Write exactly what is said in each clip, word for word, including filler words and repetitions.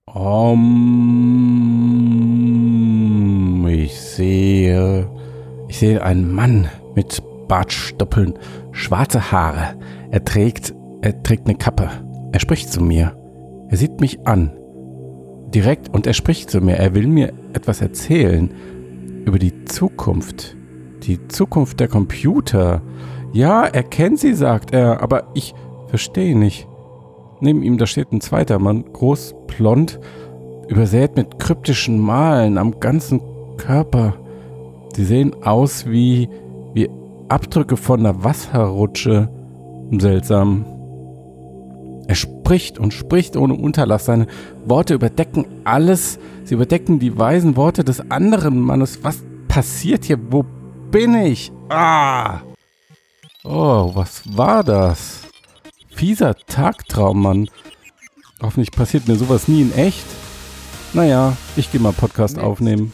Um, ich sehe, ich sehe einen Mann mit Bartstoppeln, schwarze Haare. Er trägt, er trägt eine Kappe. Er spricht zu mir. Er sieht mich an. Direkt und er spricht zu mir. Er will mir etwas erzählen über die Zukunft. Die Zukunft der Computer. Ja, er kennt sie, sagt er, aber ich verstehe nicht. Neben ihm, da steht ein zweiter Mann, groß, blond, übersät mit kryptischen Malen am ganzen Körper. Sie sehen aus wie, wie Abdrücke von einer Wasserrutsche. Seltsam. Er spricht und spricht ohne Unterlass. Seine Worte überdecken alles. Sie überdecken die weisen Worte des anderen Mannes. Was passiert hier? Wo bin ich? Ah! Oh, was war das? Fieser Tagtraum, Mann. Hoffentlich passiert mir sowas nie in echt. Naja, ich gehe mal Podcast aufnehmen.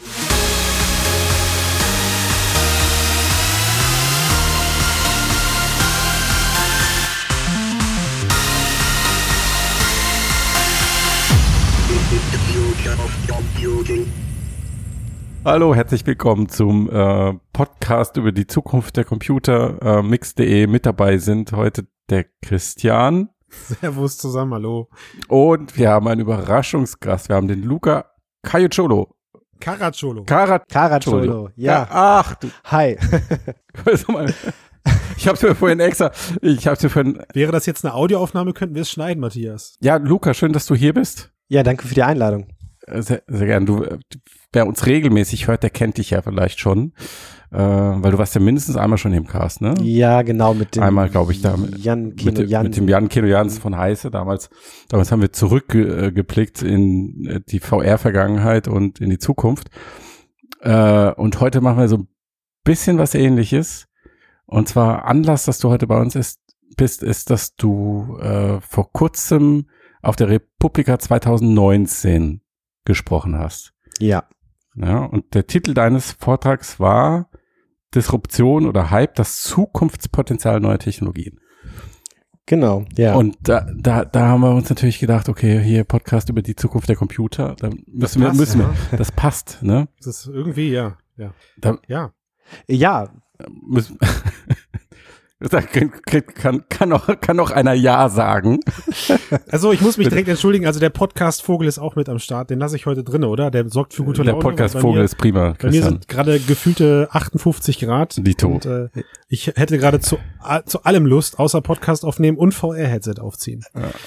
Hallo, herzlich willkommen zum äh, Podcast über die Zukunft der Computer. Äh, Mix punkt de. Mit dabei sind heute der Christian. Servus zusammen, hallo. Und wir haben einen Überraschungsgast. Wir haben den Luca Caracciolo. Caracciolo. Caracciolo. Caracciolo, ja. Ach, du. Hi. Ich hab's mir vorhin extra, ich hab's mir vorhin. Wäre das jetzt eine Audioaufnahme, könnten wir es schneiden, Matthias. Ja, Luca, schön, dass du hier bist. Ja, danke für die Einladung. Sehr, sehr gern. Du, wer uns regelmäßig hört, der kennt dich ja vielleicht schon, äh, weil du warst ja mindestens einmal schon im Cast, ne? Ja, genau, mit dem einmal, glaube ich, da mit, Jan Keno mit, Jansen. mit dem Jan Keno Jansen von Heise. Damals, damals haben wir zurückgeblickt in die V R-Vergangenheit und in die Zukunft. Äh, und heute machen wir so ein bisschen was Ähnliches. Und zwar Anlass, dass du heute bei uns ist, bist, ist, dass du äh, vor kurzem auf der Republika zwanzig neunzehn gesprochen hast. Ja. Ja. Und der Titel deines Vortrags war Disruption oder Hype, das Zukunftspotenzial neuer Technologien. Genau, ja. Und da, da, da haben wir uns natürlich gedacht, okay, hier Podcast über die Zukunft der Computer, da müssen wir, passt, müssen wir, ja. das passt, ne? Das ist irgendwie, ja, ja. Da, ja. Ja. Müssen, Da kann, kann, auch, kann auch einer Ja sagen. Also ich muss mich direkt entschuldigen, also der Podcast-Vogel ist auch mit am Start, den lasse ich heute drin, oder? Der sorgt für gute Der Laune. Der Podcast-Vogel ist prima, Christian. Bei mir sind gerade gefühlte achtundfünfzig Grad. Dito. Und äh, ich hätte gerade zu, zu allem Lust, außer Podcast aufnehmen und V R-Headset aufziehen.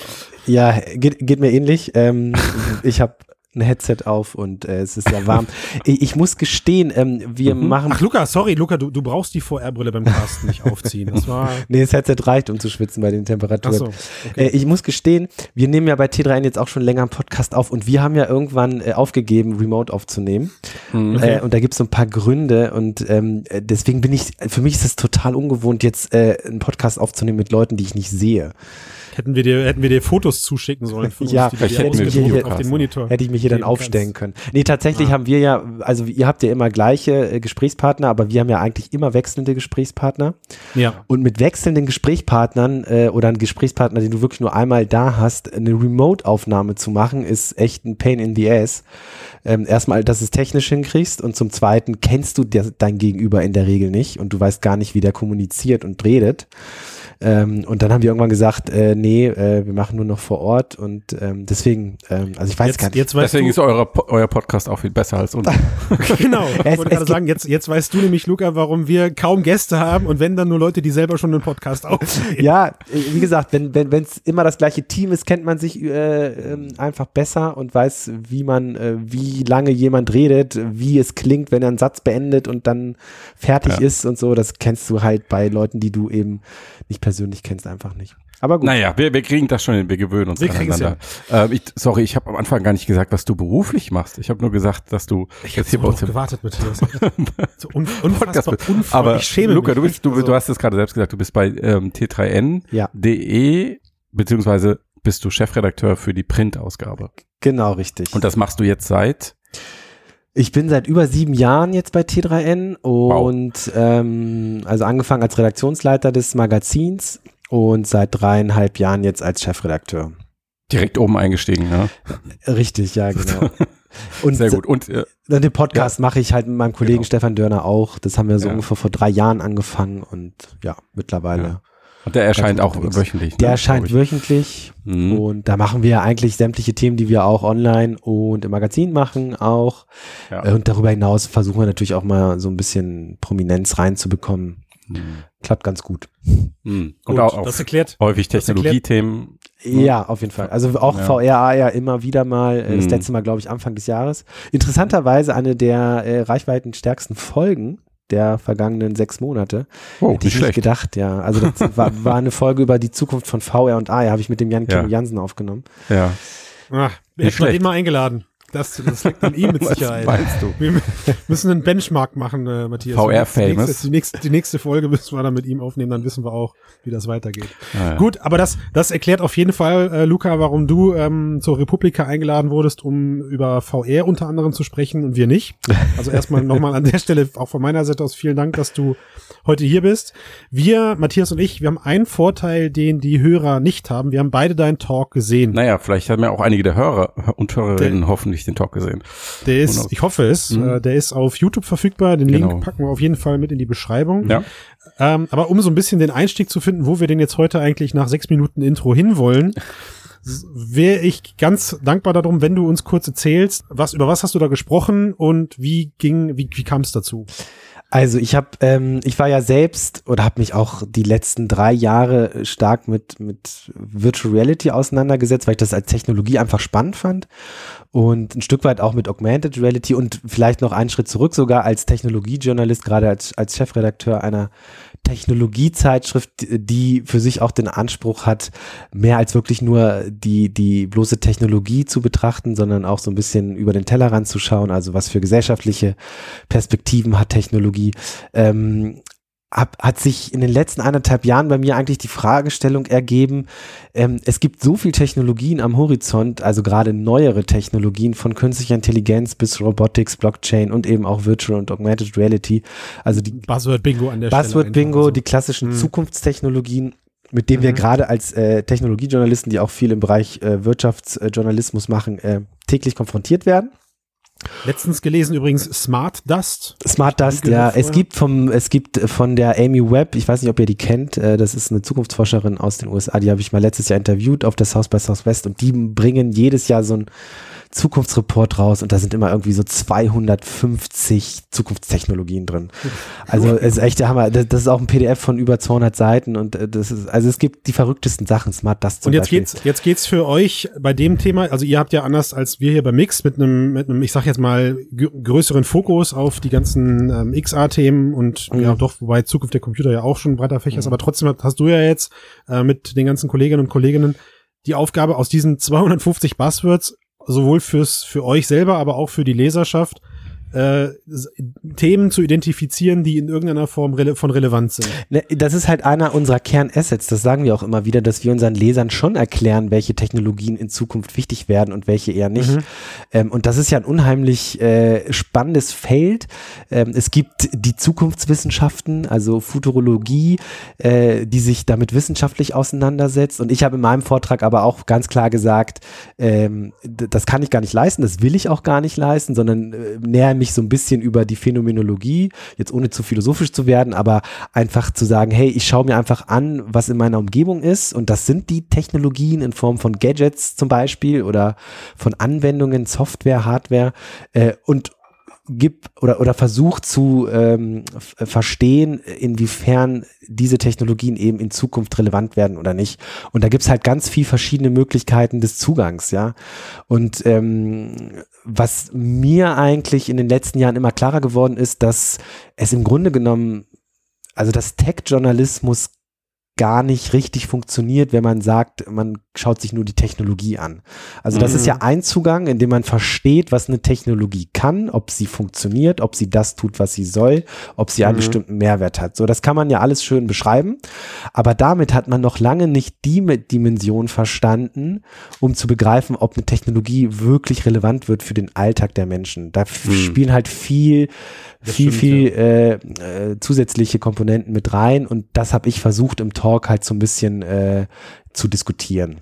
Ja, geht, geht mir ähnlich. Ähm, ich habe ein Headset auf und äh, es ist sehr warm. ich, ich muss gestehen, ähm, wir mhm. machen... Ach Luca, sorry, Luca, du, du brauchst die V R-Brille beim Casten nicht aufziehen. Das war... Nee, das Headset reicht, um zu schwitzen bei den Temperaturen. Ach so, okay. äh, ich muss gestehen, wir nehmen ja bei T drei N jetzt auch schon länger einen Podcast auf und wir haben ja irgendwann äh, aufgegeben, Remote aufzunehmen. Mhm. Äh, und da gibt es so ein paar Gründe und ähm, deswegen bin ich, für mich ist es total ungewohnt, jetzt äh, einen Podcast aufzunehmen mit Leuten, die ich nicht sehe. Hätten wir dir, hätten wir dir Fotos zuschicken sollen von ja, uns, die wir hätte dir ich hier, auf den Monitor. Hätte ich mich hier dann aufstellen können. Nee, tatsächlich ah. haben wir ja, also ihr habt ja immer gleiche äh, Gesprächspartner, aber wir haben ja eigentlich immer wechselnde Gesprächspartner. Ja. Und mit wechselnden Gesprächspartnern äh, oder einen Gesprächspartner, den du wirklich nur einmal da hast, eine Remote-Aufnahme zu machen, ist echt ein Pain in the Ass. Ähm, erstmal, dass du es technisch hinkriegst und zum Zweiten kennst du der, dein Gegenüber in der Regel nicht und du weißt gar nicht, wie der kommuniziert und redet. Ähm, und dann haben wir irgendwann gesagt, äh, nee, äh, wir machen nur noch vor Ort und ähm, deswegen, ähm, also ich weiß jetzt, gar nicht. Jetzt deswegen du, ist eure, euer Podcast auch viel besser als unser. Genau, ich wollte gerade sagen, jetzt, jetzt weißt du nämlich, Luca, warum wir kaum Gäste haben und wenn dann nur Leute, die selber schon einen Podcast aufnehmen. Ja, wie gesagt, wenn wenn wenn es immer das gleiche Team ist, kennt man sich äh, äh, einfach besser und weiß, wie man, äh, wie lange jemand redet, wie es klingt, wenn er einen Satz beendet und dann fertig ja. ist und so. Das kennst du halt bei Leuten, die du eben nicht persönlich kennst, einfach nicht. Aber gut. Naja, wir, wir kriegen das schon hin, wir gewöhnen uns wir aneinander. Ähm, ich, sorry, ich habe am Anfang gar nicht gesagt, was du beruflich machst. Ich habe nur gesagt, dass du ich jetzt hier bei uns gewartet mit dir. So un, unfassbar, unfassbar. Aber ich schäme Luca, mich. du bist, du, also. du hast es gerade selbst gesagt, du bist bei ähm, T drei N punkt de ja. beziehungsweise bist du Chefredakteur für die Printausgabe. Genau, richtig. Und das machst du jetzt seit? Ich bin seit über sieben Jahren jetzt bei T drei N und wow. ähm, also angefangen als Redaktionsleiter des Magazins und seit dreieinhalb Jahren jetzt als Chefredakteur. Direkt oben eingestiegen, ja. Richtig, ja, genau. Und sehr gut. Und äh, den Podcast ja. mache ich halt mit meinem Kollegen genau. Stefan Dörner auch. Das haben wir so ja. ungefähr vor drei Jahren angefangen und ja, mittlerweile. Ja. Und der erscheint auch unterwegs. wöchentlich. Ne? Der erscheint wöchentlich mhm. und da machen wir ja eigentlich sämtliche Themen, die wir auch online und im Magazin machen auch. Ja. Und darüber hinaus versuchen wir natürlich auch mal so ein bisschen Prominenz reinzubekommen. Mhm. Klappt ganz gut. Mhm. Und gut, auch das erklärt, häufig Technologiethemen. Ja, auf jeden Fall. Also auch ja. V R A ja immer wieder mal, mhm. das letzte Mal glaube ich Anfang des Jahres. Interessanterweise eine der äh, reichweitenstärksten Folgen der vergangenen sechs Monate. Oh, Hätte ich nicht schlecht. gedacht, ja. Also das war, war eine Folge über die Zukunft von V R und A R, habe ich mit dem Jan Kino ja. Jansen aufgenommen. Ja. Ach, hätten wir den mal eingeladen. Das, das liegt an ihm mit Sicherheit. Was meinst du? Wir müssen einen Benchmark machen, äh, Matthias. V R-famous. Die, die, nächste, die nächste Folge müssen wir dann mit ihm aufnehmen, dann wissen wir auch, wie das weitergeht. Ah, ja. Gut, aber das, das erklärt auf jeden Fall, äh, Luca, warum du ähm, zur Republika eingeladen wurdest, um über V R unter anderem zu sprechen und wir nicht. Also erstmal nochmal an der Stelle auch von meiner Seite aus vielen Dank, dass du heute hier bist. Wir, Matthias und ich, wir haben einen Vorteil, den die Hörer nicht haben. Wir haben beide deinen Talk gesehen. Naja, vielleicht haben ja auch einige der Hörer und Hörerinnen der, hoffentlich den Talk gesehen. Der ist, ich hoffe es, mhm. äh, der ist auf YouTube verfügbar. Den genau. Link packen wir auf jeden Fall mit in die Beschreibung. Ja. Ähm, aber um so ein bisschen den Einstieg zu finden, wo wir denn jetzt heute eigentlich nach sechs Minuten Intro hinwollen, wäre ich ganz dankbar darum, wenn du uns kurz erzählst, was, über was hast du da gesprochen und wie ging, wie, wie kam es dazu? Also ich habe, ähm, ich war ja selbst oder habe mich auch die letzten drei Jahre stark mit mit Virtual Reality auseinandergesetzt, weil ich das als Technologie einfach spannend fand und ein Stück weit auch mit Augmented Reality und vielleicht noch einen Schritt zurück sogar als Technologiejournalist, gerade als als Chefredakteur einer Technologiezeitschrift, die für sich auch den Anspruch hat, mehr als wirklich nur die die bloße Technologie zu betrachten, sondern auch so ein bisschen über den Tellerrand zu schauen, also was für gesellschaftliche Perspektiven hat Technologie. Ähm, hab, hat sich in den letzten anderthalb Jahren bei mir eigentlich die Fragestellung ergeben, ähm, es gibt so viel Technologien am Horizont, also gerade neuere Technologien von künstlicher Intelligenz bis Robotics, Blockchain und eben auch Virtual und Augmented Reality. Also die Buzzword-Bingo an der Buzzword-Bingo, Stelle. die klassischen mhm. Zukunftstechnologien, mit denen mhm. wir gerade als äh, Technologiejournalisten, die auch viel im Bereich äh, Wirtschaftsjournalismus machen, äh, täglich konfrontiert werden. Letztens gelesen übrigens Smart Dust. Smart Dust, ja. Es gibt vom, es gibt von der Amy Webb, ich weiß nicht, ob ihr die kennt, äh, das ist eine Zukunftsforscherin aus den U S A, die habe ich mal letztes Jahr interviewt auf der South by Southwest und die bringen jedes Jahr so ein Zukunftsreport raus und da sind immer irgendwie so zweihundertfünfzig Zukunftstechnologien drin. Also es ist echt der Hammer. Das, das ist auch ein P D F von über zweihundert Seiten und das ist, also es gibt die verrücktesten Sachen, Smart Dust zum Und jetzt Beispiel. geht's, jetzt geht's für euch bei dem Thema, also ihr habt ja anders als wir hier bei Mix mit einem, mit einem, ich sag jetzt mal, größeren Fokus auf die ganzen ähm, X R-Themen und mhm. ja doch, wobei Zukunft der Computer ja auch schon ein breiter Fächer ist, mhm. aber trotzdem hast du ja jetzt äh, mit den ganzen Kolleginnen und Kolleginnen die Aufgabe, aus diesen zweihundertfünfzig Buzzwords sowohl fürs für euch selber, aber auch für die Leserschaft äh, Themen zu identifizieren, die in irgendeiner Form rele- von Relevanz sind. Ne, das ist halt einer unserer Kernassets, das sagen wir auch immer wieder, dass wir unseren Lesern schon erklären, welche Technologien in Zukunft wichtig werden und welche eher nicht. Mhm. Ähm, und das ist ja ein unheimlich äh, spannendes Feld. Ähm, es gibt die Zukunftswissenschaften, also Futurologie, äh, die sich damit wissenschaftlich auseinandersetzt. Und ich habe in meinem Vortrag aber auch ganz klar gesagt, ähm, d- das kann ich gar nicht leisten, das will ich auch gar nicht leisten, sondern äh, näher mich so ein bisschen über die Phänomenologie, jetzt ohne zu philosophisch zu werden, aber einfach zu sagen, hey, ich schaue mir einfach an, was in meiner Umgebung ist und das sind die Technologien in Form von Gadgets zum Beispiel oder von Anwendungen, Software, Hardware äh, und gib oder oder versucht zu ähm, f- verstehen, inwiefern diese Technologien eben in Zukunft relevant werden oder nicht. Und da gibt's halt ganz viel verschiedene Möglichkeiten des Zugangs, ja. Und ähm, was mir eigentlich in den letzten Jahren immer klarer geworden ist, dass es im Grunde genommen, also dass Tech-Journalismus gar nicht richtig funktioniert, wenn man sagt, man schaut sich nur die Technologie an. Also das mhm. ist ja ein Zugang, in dem man versteht, was eine Technologie kann, ob sie funktioniert, ob sie das tut, was sie soll, ob sie einen mhm. bestimmten Mehrwert hat. So, das kann man ja alles schön beschreiben, aber damit hat man noch lange nicht die Dimension verstanden, um zu begreifen, ob eine Technologie wirklich relevant wird für den Alltag der Menschen. Da mhm. spielen halt viel Das viel, stimmt, viel ja. äh, äh, zusätzliche Komponenten mit rein und das habe ich versucht im Talk halt so ein bisschen äh, zu diskutieren.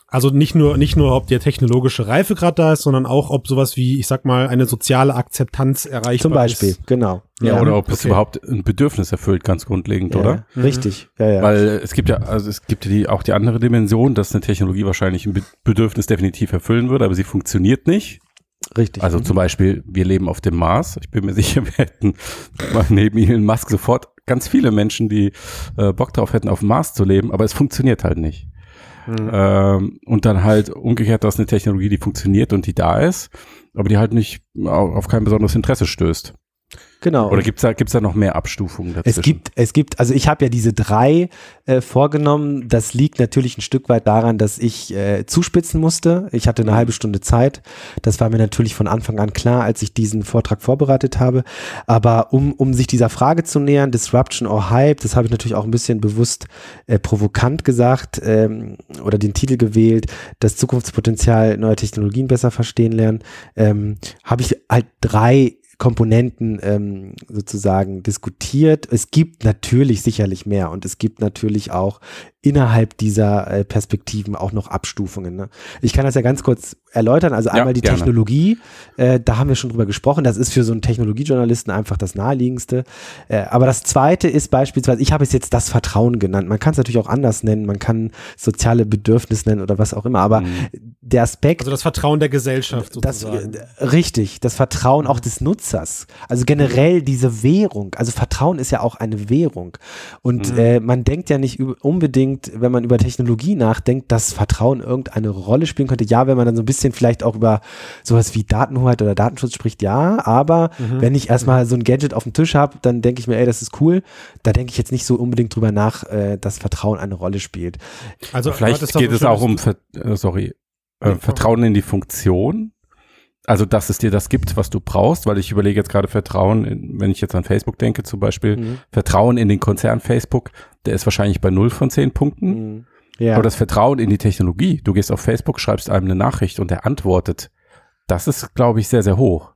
Also nicht nur, nicht nur, ob der technologische Reifegrad da ist, sondern auch, ob sowas wie, ich sag mal, eine soziale Akzeptanz erreichbar ist. Zum Beispiel, ist. genau. Ja, ja, oder ob okay. es überhaupt ein Bedürfnis erfüllt, ganz grundlegend, ja, oder? Richtig, ja, ja. Weil es gibt ja, also es gibt die, auch die andere Dimension, dass eine Technologie wahrscheinlich ein Bedürfnis definitiv erfüllen würde, aber sie funktioniert nicht. Richtig. Also mhm. zum Beispiel, wir leben auf dem Mars. Ich bin mir sicher, wir hätten mal neben Elon Musk sofort ganz viele Menschen, die äh, Bock drauf hätten, auf dem Mars zu leben, aber es funktioniert halt nicht. Mhm. Ähm, und dann halt umgekehrt, dass eine Technologie, die funktioniert und die da ist, aber die halt nicht auf, auf kein besonderes Interesse stößt. Genau. Oder gibt's da, gibt's da noch mehr Abstufungen dazwischen? Es gibt, es gibt, also ich habe ja diese drei äh, vorgenommen. Das liegt natürlich ein Stück weit daran, dass ich äh, zuspitzen musste. Ich hatte eine halbe Stunde Zeit. Das war mir natürlich von Anfang an klar, als ich diesen Vortrag vorbereitet habe. Aber um, um sich dieser Frage zu nähern, Disruption or Hype, das habe ich natürlich auch ein bisschen bewusst äh, provokant gesagt ähm, oder den Titel gewählt, das Zukunftspotenzial neuer Technologien besser verstehen lernen, ähm, habe ich halt drei Komponenten ähm, sozusagen diskutiert. Es gibt natürlich sicherlich mehr und es gibt natürlich auch innerhalb dieser äh, Perspektiven auch noch Abstufungen. Ne? Ich kann das ja ganz kurz erläutern. Also einmal ja, die gerne. Technologie, äh, da haben wir schon drüber gesprochen. Das ist für so einen Technologiejournalisten einfach das Naheliegendste. Äh, aber das Zweite ist beispielsweise, ich habe es jetzt das Vertrauen genannt. Man kann es natürlich auch anders nennen. Man kann soziale Bedürfnisse nennen oder was auch immer. Aber mhm. der Aspekt. Also das Vertrauen der Gesellschaft sozusagen. Das, richtig, das Vertrauen auch des Nutzers. Also generell diese Währung. Also Vertrauen ist ja auch eine Währung. Und mhm. äh, man denkt ja nicht unbedingt, wenn man über Technologie nachdenkt, dass Vertrauen irgendeine Rolle spielen könnte. Ja, wenn man dann so ein bisschen vielleicht auch über sowas wie Datenhoheit oder Datenschutz spricht, ja, aber mhm. wenn ich erstmal so ein Gadget auf dem Tisch habe, dann denke ich mir, ey, das ist cool. Da denke ich jetzt nicht so unbedingt drüber nach, äh, dass Vertrauen eine Rolle spielt. Also vielleicht geht es auch um, Ver- äh, sorry, äh, Vertrauen in die Funktion. Also, dass es dir das gibt, was du brauchst, weil ich überlege jetzt gerade Vertrauen, in, wenn ich jetzt an Facebook denke zum Beispiel, mhm. Vertrauen in den Konzern Facebook, der ist wahrscheinlich bei null von zehn Punkten. Mhm. Ja. Aber das Vertrauen in die Technologie, du gehst auf Facebook, schreibst einem eine Nachricht und er antwortet, das ist, glaube ich, sehr, sehr hoch.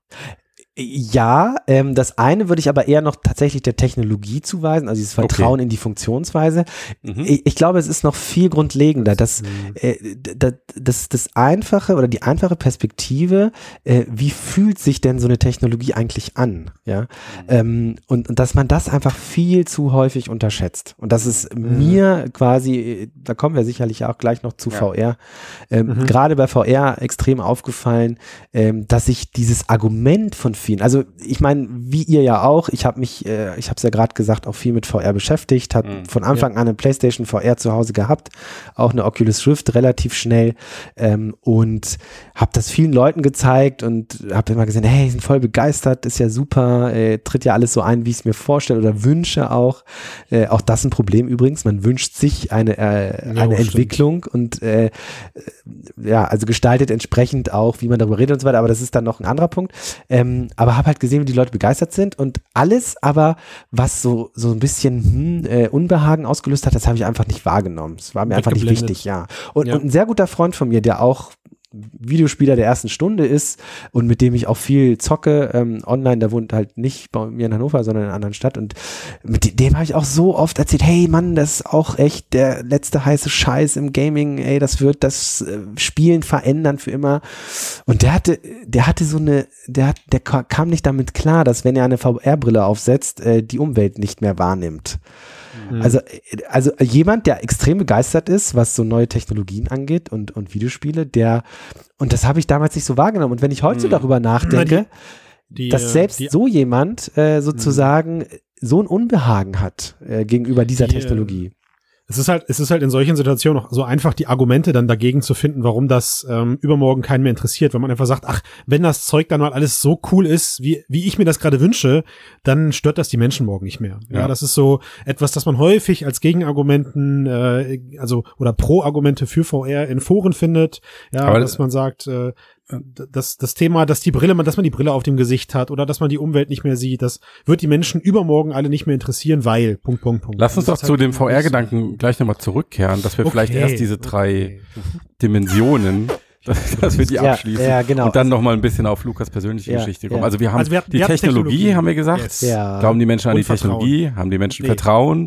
Ja, ähm, das eine würde ich aber eher noch tatsächlich der Technologie zuweisen, also dieses Vertrauen okay. in die Funktionsweise. Mhm. Ich, ich glaube, es ist noch viel grundlegender, dass mhm. äh, das, das, das einfache oder die einfache Perspektive, äh, wie fühlt sich denn so eine Technologie eigentlich an? Ja, mhm. ähm, und, und dass man das einfach viel zu häufig unterschätzt. Und das ist mhm. mir quasi, da kommen wir sicherlich auch gleich noch zu ja. V R, ähm, mhm. gerade bei V R extrem aufgefallen, ähm, dass sich dieses Argument von vielen. Also ich meine, wie ihr ja auch, ich habe mich, äh, ich habe es ja gerade gesagt, auch viel mit V R beschäftigt, habe mhm. von Anfang ja. an eine PlayStation V R zu Hause gehabt, auch eine Oculus Rift relativ schnell ähm, und habe das vielen Leuten gezeigt und habe immer gesehen, hey, die sind voll begeistert, ist ja super, äh, tritt ja alles so ein, wie ich es mir vorstelle oder wünsche auch. Äh, auch das ein Problem übrigens, man wünscht sich eine, äh, ja, eine Entwicklung und äh, ja, also gestaltet entsprechend auch, wie man darüber redet und so weiter, aber das ist dann noch ein anderer Punkt. Ähm, aber habe halt gesehen, wie die Leute begeistert sind und alles aber, was so so ein bisschen hm, äh, Unbehagen ausgelöst hat, das habe ich einfach nicht wahrgenommen. Es war mir einfach nicht wichtig, ja. Und, ja. und ein sehr guter Freund von mir, der auch Videospieler der ersten Stunde ist und mit dem ich auch viel zocke, ähm, online, der wohnt halt nicht bei mir in Hannover, sondern in einer anderen Stadt und mit dem habe ich auch so oft erzählt, hey Mann, das ist auch echt der letzte heiße Scheiß im Gaming, ey, das wird das äh, Spielen verändern für immer und der hatte, der hatte so eine, der hat, der kam nicht damit klar, dass wenn er eine V R-Brille aufsetzt, äh, die Umwelt nicht mehr wahrnimmt. Also, also jemand, der extrem begeistert ist, was so neue Technologien angeht und, und Videospiele, der, und das habe ich damals nicht so wahrgenommen. Und wenn ich heute so darüber nachdenke, die, die, dass selbst die, so jemand äh, sozusagen mh. so ein Unbehagen hat äh, gegenüber dieser die, Technologie. Es ist halt, es ist halt in solchen Situationen auch so einfach, die Argumente dann dagegen zu finden, warum das ähm, übermorgen keinen mehr interessiert. Wenn man einfach sagt, ach, wenn das Zeug dann mal alles so cool ist, wie wie ich mir das gerade wünsche, dann stört das die Menschen morgen nicht mehr. Ja, ja das ist so etwas, das man häufig als Gegenargumenten, äh, also oder Pro-Argumente für V R in Foren findet. Ja, aber dass man sagt, äh, das, das Thema, dass die Brille, dass man die Brille auf dem Gesicht hat oder dass man die Umwelt nicht mehr sieht, das wird die Menschen übermorgen alle nicht mehr interessieren, weil, Punkt, Punkt, Punkt. Lass uns doch zu halt dem V R-Gedanken gleich nochmal zurückkehren, dass wir okay, vielleicht erst diese drei okay. Dimensionen, dass, dass wir die ja, abschließen ja, genau. und dann nochmal ein bisschen auf Lukas persönliche ja, Geschichte kommen. Ja. Also wir haben also wir hatten, die wir Technologie, Technologie, haben wir gesagt. Yes. Ja. Glauben die Menschen an und die Technologie? Haben die Menschen nee. Vertrauen?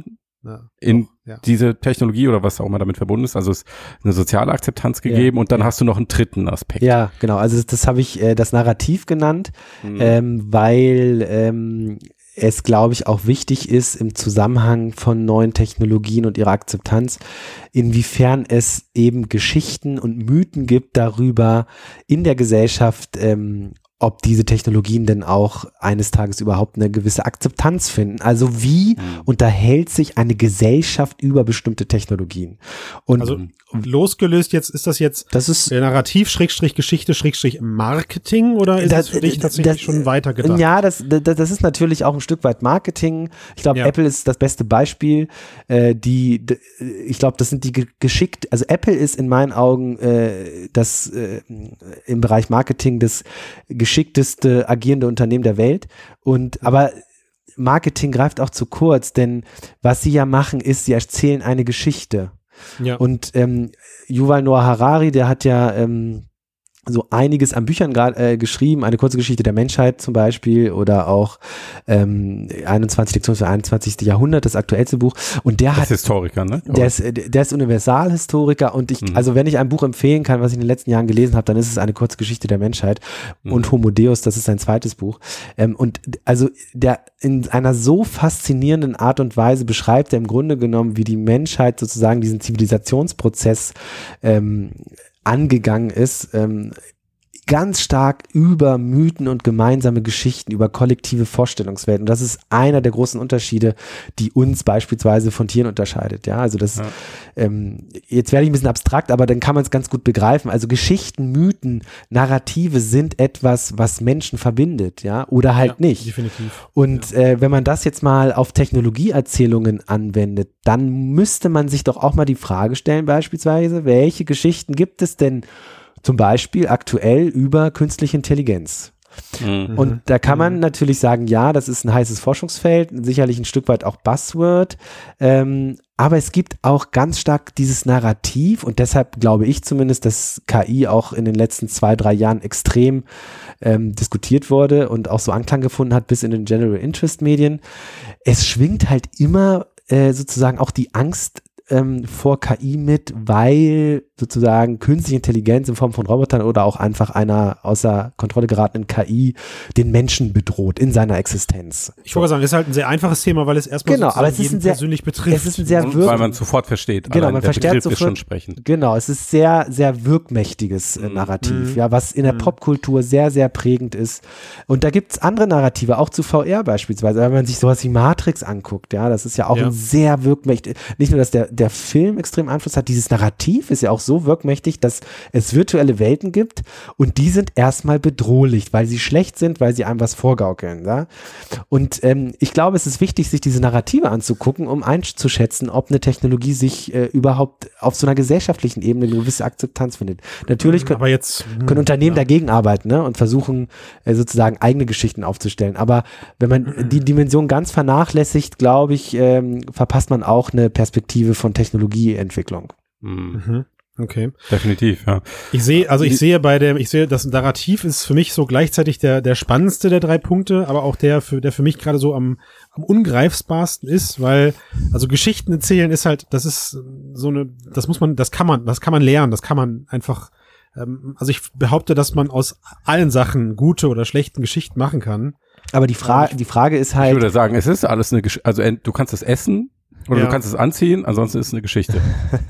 ja. in ja. diese Technologie oder was auch immer damit verbunden ist. Also es ist eine soziale Akzeptanz gegeben ja. und dann ja. hast du noch einen dritten Aspekt. Ja, genau. Also das, das habe ich äh, das Narrativ genannt, mhm. ähm, weil ähm, es, glaube ich, auch wichtig ist im Zusammenhang von neuen Technologien und ihrer Akzeptanz, inwiefern es eben Geschichten und Mythen gibt darüber in der Gesellschaft, ähm, ob diese Technologien denn auch eines Tages überhaupt eine gewisse Akzeptanz finden. Also wie mhm. unterhält sich eine Gesellschaft über bestimmte Technologien? Und also losgelöst jetzt, ist das jetzt das ist, Narrativ, Schrägstrich, Geschichte, Schrägstrich, Marketing oder ist das, das für dich tatsächlich das, schon weiter gedacht? Ja, das, das, das ist natürlich auch ein Stück weit Marketing. Ich glaube, ja. Apple ist das beste Beispiel. Äh, die, d- ich glaube, das sind die ge- geschickt, also Apple ist in meinen Augen äh, das äh, im Bereich Marketing das geschickteste agierende Unternehmen der Welt. Und aber Marketing greift auch zu kurz, denn was sie ja machen, ist, sie erzählen eine Geschichte. Ja. Und ähm, Yuval Noah Harari, der hat ja ähm, so einiges an Büchern gerade äh, geschrieben, eine kurze Geschichte der Menschheit zum Beispiel oder auch ähm, einundzwanzig Lektionen für einundzwanzigste Jahrhundert, das aktuellste Buch. Und der das hat, ist Historiker, ne? Der ist, der ist Universalhistoriker und ich, mhm. also wenn ich ein Buch empfehlen kann, was ich in den letzten Jahren gelesen habe, dann ist es eine kurze Geschichte der Menschheit mhm. und Homo Deus, das ist sein zweites Buch. Ähm, und also der in einer so faszinierenden Art und Weise beschreibt er im Grunde genommen, wie die Menschheit sozusagen diesen Zivilisationsprozess ähm, angegangen ist, ähm, ganz stark über Mythen und gemeinsame Geschichten, über kollektive Vorstellungswelten. Und das ist einer der großen Unterschiede, die uns beispielsweise von Tieren unterscheidet. Ja, also das, ja. ähm, jetzt werde ich ein bisschen abstrakt, aber dann kann man es ganz gut begreifen. Also Geschichten, Mythen, Narrative sind etwas, was Menschen verbindet, ja, oder halt ja, nicht. Definitiv. Und ja. äh, wenn man das jetzt mal auf Technologieerzählungen anwendet, dann müsste man sich doch auch mal die Frage stellen, beispielsweise, welche Geschichten gibt es denn zum Beispiel aktuell über künstliche Intelligenz? Mhm. Und da kann man natürlich sagen, ja, das ist ein heißes Forschungsfeld, sicherlich ein Stück weit auch Buzzword, ähm, aber es gibt auch ganz stark dieses Narrativ und deshalb glaube ich zumindest, dass K I auch in den letzten zwei, drei Jahren extrem ähm, diskutiert wurde und auch so Anklang gefunden hat bis in den General Interest Medien. Es schwingt halt immer äh, sozusagen auch die Angst ähm, vor K I mit, weil sozusagen künstliche Intelligenz in Form von Robotern oder auch einfach einer außer Kontrolle geratenen K I den Menschen bedroht in seiner Existenz. Ich wollte sagen, es ist halt ein sehr einfaches Thema, weil es erstmal genau, aber es ist jeden ein sehr, persönlich betrifft. Es ist ein sehr und weil man sofort versteht. Genau, man der versteht Begriff sofort. Ist schon sprechend. Genau, es ist sehr, sehr wirkmächtiges äh, Narrativ, mhm. ja, was in der mhm. Popkultur sehr, sehr prägend ist. Und da gibt es andere Narrative, auch zu V R beispielsweise, wenn man sich sowas wie Matrix anguckt, ja, das ist ja auch ja. ein sehr wirkmächtig, nicht nur, dass der, der Film extrem Einfluss hat, dieses Narrativ ist ja auch so wirkmächtig, dass es virtuelle Welten gibt und die sind erstmal bedrohlich, weil sie schlecht sind, weil sie einem was vorgaukeln. Ja? Und ähm, ich glaube, es ist wichtig, sich diese Narrative anzugucken, um einzuschätzen, ob eine Technologie sich äh, überhaupt auf so einer gesellschaftlichen Ebene eine gewisse Akzeptanz findet. Natürlich können, aber jetzt, hm, können Unternehmen ja. dagegen arbeiten, ne? Und versuchen äh, sozusagen eigene Geschichten aufzustellen. Aber wenn man die Dimension ganz vernachlässigt, glaube ich, ähm, verpasst man auch eine Perspektive von Technologieentwicklung. Mhm. Okay. Definitiv, ja. Ich sehe, also ich sehe bei der, ich sehe, das Narrativ ist für mich so gleichzeitig der, der spannendste der drei Punkte, aber auch der für, der für mich gerade so am, am ungreifbarsten ist, weil, also Geschichten erzählen ist halt, das ist so eine, das muss man, das kann man, das kann man lernen, das kann man einfach, ähm, also ich behaupte, dass man aus allen Sachen gute oder schlechten Geschichten machen kann. Aber die Frage, die Frage ist halt. Ich würde sagen, es ist alles eine Geschichte, also du kannst es essen oder ja. du kannst es anziehen, ansonsten ist es eine Geschichte.